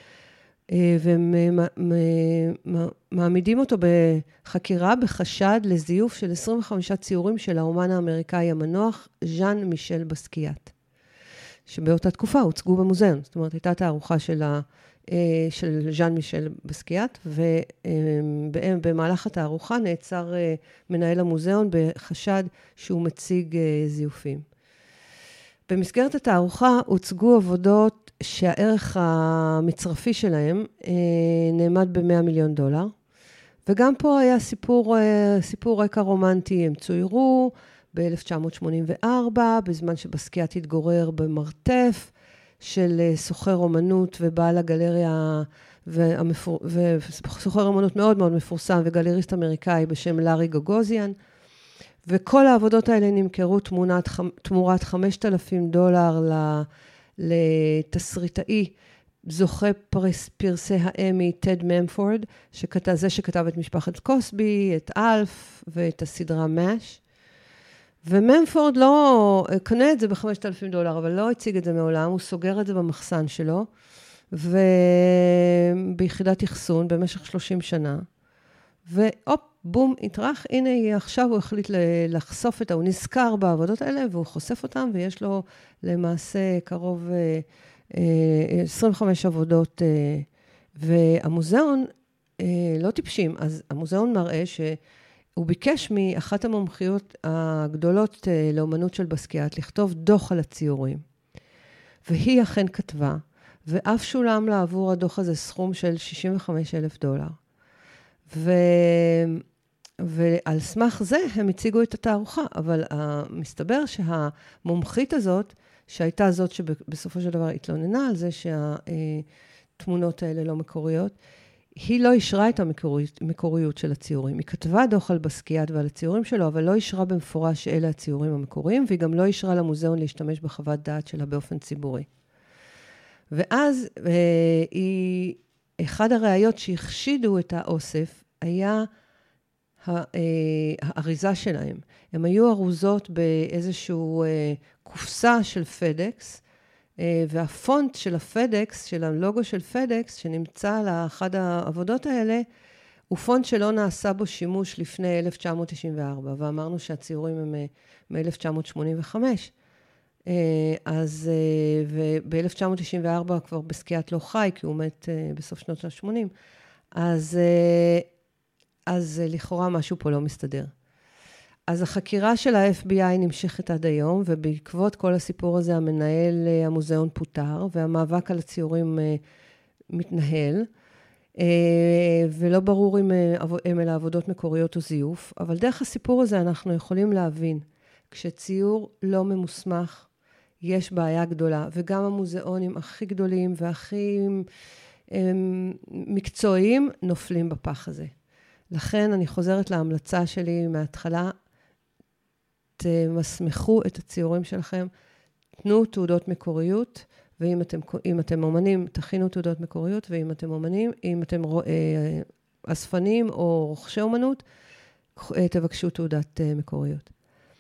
S1: ומעמידים אותו בחקירה בחשד לזיוף של עשרים וחמישה ציורים של האומן האמריקאי המנוח, ז'אן מישל בסקיאט, שבאותה תקופה הוצגו במוזיאון. זאת אומרת, הייתה תערוכה של, ה, של ז'אן מישל בסקיאט, ובמהלך התערוכה נעצר מנהל המוזיאון בחשד שהוא מציג זיופים. במסגרת התערוכה הוצגו עבודות שהערך המצרפי שלהם נאמד ב-מאה מיליון דולר, וגם פה היה סיפור, סיפור רקע רומנטי. הם צוירו ב-אלף תשע מאות שמונים וארבע, בזמן שבסקיאט התגורר במרתף של סוחר אומנות ובעל הגלריה, והמפור... וסוחר אומנות מאוד מאוד מפורסם וגלריסט אמריקאי בשם לארי גוגוזיאן, וכל העבודות האלה נמכרו תמונת, תמורת חמשת אלפים דולר לתסריטאי, זוכה פרס, פרסי האמי, טד ממפורד, שכתב, זה שכתב את משפחת קוסבי, את אלף ואת הסדרה מאש. וממפורד לא, קנה את זה ב-חמשת אלפים דולר, אבל לא הציג את זה מעולם, הוא סוגר את זה במחסן שלו, וביחידת יחסון במשך שלושים שנה. והופ, בום, התרח, הנה עכשיו הוא החליט לחשוף את, הוא נזכר בעבודות האלה, והוא חושף אותם, ויש לו למעשה קרוב עשרים וחמש עבודות, והמוזיאון לא טיפשים, אז המוזיאון מראה שהוא ביקש מאחת המומחיות הגדולות לאומנות של בסקיאט, לכתוב דוח על הציורים, והיא אכן כתבה, ואף שולם לה עבור הדוח הזה סכום של שישים וחמישה אלף דולר. ו... ועל סמך זה הם הציגו את התערוכה, אבל מסתבר שהמומחית הזאת, שהייתה זאת שבסופו של דבר התלוננה על זה שהתמונות האלה לא מקוריות, היא לא אישרה את המקוריות, המקוריות של הציורים. היא כתבה דוח על בסקיאט ועל הציורים שלו, אבל לא אישרה במפורש שאלה הציורים המקוריים, והיא גם לא אישרה למוזיאון להשתמש בחוות דעת שלה באופן ציבורי. ואז היא, אחד הראיות שהחשידו את האוסף היה האריזה שלהם. הם היו ארוזות באיזשהו קופסה של פדקס, והפונט של הפדקס, של הלוגו של פדקס, שנמצא על אחד העבודות האלה, הוא פונט שלא נעשה בו שימוש לפני אלף תשע מאות תשעים וארבע, ואמרנו שהציורים הם מ-אלף תשע מאות שמונים וחמש. אז ב-אלף תשע מאות תשעים וארבע כבר בסקיאט לא חי, כי הוא מת בסוף שנות ה-שמונים. אז, אז לכאורה משהו פה לא מסתדר. אז החקירה של ה-אף בי איי נמשכת עד היום, ובעקבות כל הסיפור הזה המנהל המוזיאון פוטר, והמאבק על הציורים מתנהל, ולא ברור אם הם אלה עבודות מקוריות או זיוף, אבל דרך הסיפור הזה אנחנו יכולים להבין, כשציור לא ממוסמך, יש בעיה גדולה, וגם המוזיאונים הכי גדולים והכי מקצועיים נופלים בפח הזה. לכן אני חוזרת להמלצה שלי מההתחלה, תמסמכו את הציורים שלכם, תנו תעודות מקוריות, ואם אתם, אם אתם אומנים, תכינו תעודות מקוריות, ואם אתם אומנים, אם אתם אספנים או רוכשי אומנות, תבקשו תעודת מקוריות.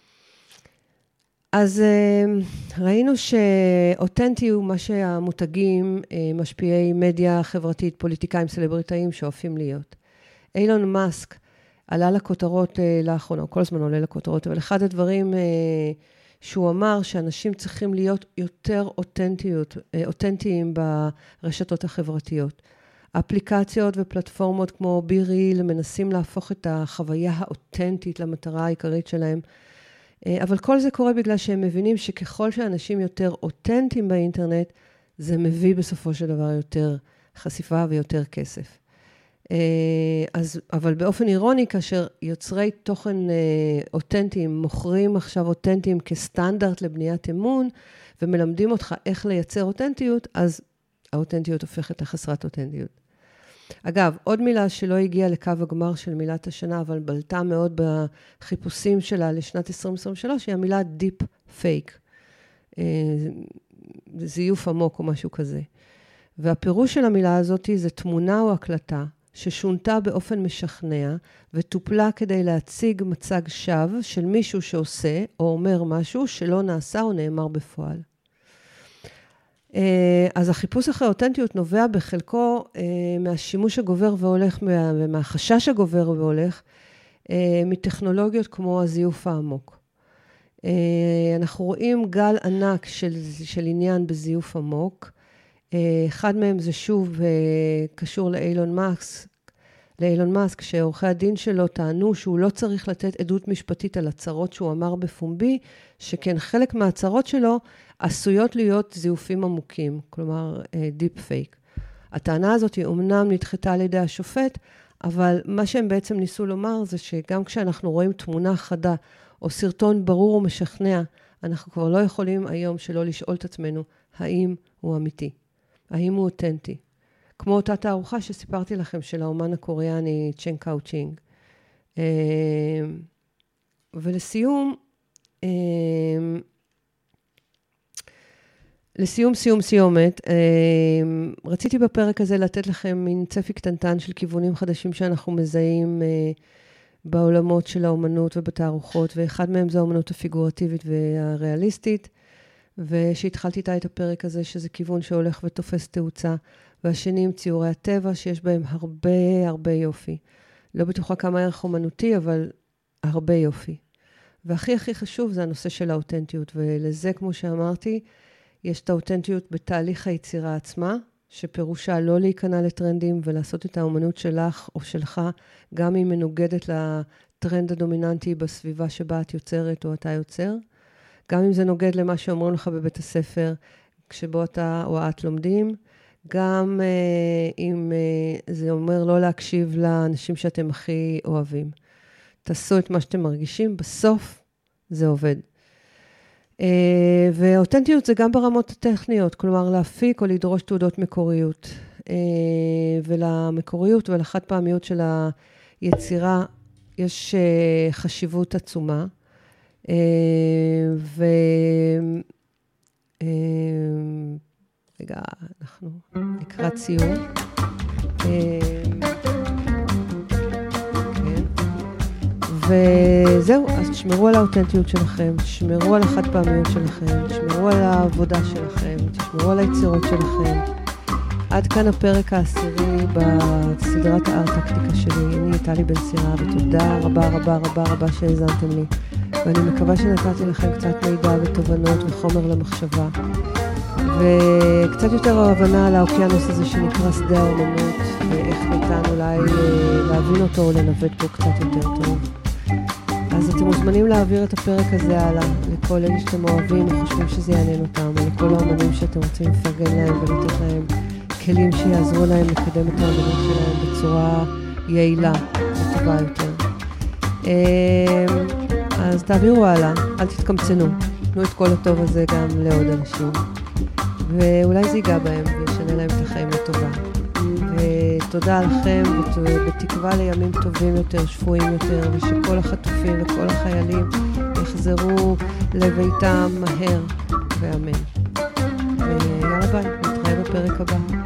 S1: אז ראינו שאותנטי הוא מה שהמותגים, משפיעי מדיה חברתית, פוליטיקאים, סלבריטאים, שואפים להיות. אילון מאסק עלה לכותרות לאחרונה, כל הזמן עולה לכותרות, אבל אחד הדברים שהוא אמר שאנשים צריכים להיות יותר אותנטיות, אותנטיים ברשתות החברתיות. אפליקציות ופלטפורמות כמו ביריל מנסים להפוך את החוויה האותנטית למטרה העיקרית שלהם, אבל כל זה קורה בגלל שהם מבינים שככל שאנשים יותר אותנטיים באינטרנט, זה מביא בסופו של דבר יותר חשיפה ויותר כסף. אז, אבל באופן אירוני, כאשר יוצרי תוכן אותנטיים מוכרים עכשיו אותנטיים כסטנדרט לבניית אמון, ומלמדים אותך איך לייצר אותנטיות, אז האותנטיות הופכת לחסרת אותנטיות. אגב, עוד מילה שלא הגיעה לקו הגמר של מילת השנה, אבל בלטה מאוד בחיפושים שלה לשנת עשרים עשרים ושלוש, היא המילה Deep Fake. זיוף עמוק או משהו כזה. והפירוש של המילה הזאת זה תמונה או הקלטה, ששונתה באופן משכנע, וטופלה כדי להציג מצג שווא של מישהו שעושה או אומר משהו שלא נעשה או נאמר בפועל. אז החיפוש אחרי אותנטיות נובע בחלקו מהשימוש הגובר והולך, ומהחשש הגובר והולך, מטכנולוגיות כמו הזיוף העמוק. אנחנו רואים גל ענק של, של עניין בזיוף עמוק. אחד מהם זה שוב קשור לאילון מאסק, לאילון מאסק, שעורכי הדין שלו טענו שהוא לא צריך לתת עדות משפטית על הצהרות שהוא אמר בפומבי, שכן חלק מההצהרות שלו עשויות להיות זיופים עמוקים, כלומר דיפ פייק. הטענה הזאת היא אומנם נדחתה על ידי השופט, אבל מה שהם בעצם ניסו לומר זה שגם כשאנחנו רואים תמונה חדה או סרטון ברור ומשכנע, אנחנו כבר לא יכולים היום שלא לשאול את עצמנו האם הוא אמיתי, האם הוא אותנטי. כמו אותה תערוכה שסיפרתי לכם של האומן הקוריאני צ'ן קאו צ'ינג. ולסיום, לסיום סיום סיומת, רציתי בפרק הזה לתת לכם מין צפי קטנטן של כיוונים חדשים שאנחנו מזהים בעולמות של האומנות ובתערוכות, ואחד מהם זה האומנות הפיגורטיבית והריאליסטית, ושהתחלתי איתה את הפרק הזה שזה כיוון שהולך ותופס תאוצה, והשני עם ציורי הטבע שיש בהם הרבה הרבה יופי. לא בטוחה כמה ערך אומנותי, אבל הרבה יופי. והכי הכי חשוב זה הנושא של האותנטיות, ולזה כמו שאמרתי, יש את האותנטיות בתהליך היצירה עצמה, שפירושה לא להיכנע לטרנדים ולעשות את האומנות שלך או שלך, גם אם מנוגדת לטרנד הדומיננטי בסביבה שבה את יוצרת או אתה יוצר, גם אם זה נוגד למה שאומרים לך בבית הספר, כשבו אתה או את לומדים, גם uh, אם uh, זה אומר לא להקשיב לאנשים שאתם הכי אוהבים. תעשו את מה שאתם מרגישים, בסוף זה עובד. Uh, ואותנטיות זה גם ברמות הטכניות, כלומר להפיק או לדרוש תעודות מקוריות. Uh, ולמקוריות ולחד פעמיות של היצירה יש uh, חשיבות עצומה. Uh, ו... Uh, רגע, אנחנו לקראת סיום. וזהו, אז תשמרו על האותנטיות שלכם, תשמרו על החד פעמיות שלכם, תשמרו על העבודה שלכם, תשמרו על היצירות שלכם. עד כאן הפרק העשירי בסדרת הארט-טקטיקה שלי. אני טלי בן סירה, ותודה רבה רבה רבה רבה שהזנתם לי. ואני מקווה שנתתי לכם קצת מידע ותובנות וחומר למחשבה. וקצת יותר הבנה על האוקיינוס הזה שנקרא שדה האומנות, ואיך ניתן אולי להבין אותו או לנווט בו קצת יותר טוב. אז אתם מוזמנים להעביר את הפרק הזה הלאה, לכל אלה שאתם אוהבים וחושבים שזה יעניין אותם, או לכל האומנים שאתם רוצים לפרגן להם ולתת להם כלים שיעזרו להם לקדם את האומנות שלהם בצורה יעילה וטובה יותר. אז תעבירו הלאה, אל תתקמצנו, תנו את כל הטוב הזה גם לעוד אנשים. ואולי זה ייגע בהם וישנה להם את החיים לטובה. ותודה לכם, בתקווה לימים טובים יותר, שפויים יותר, ושכל החטופים וכל החיילים יחזרו לביתם מהר ואמן. ויאללה ביי, נתראה בפרק הבא.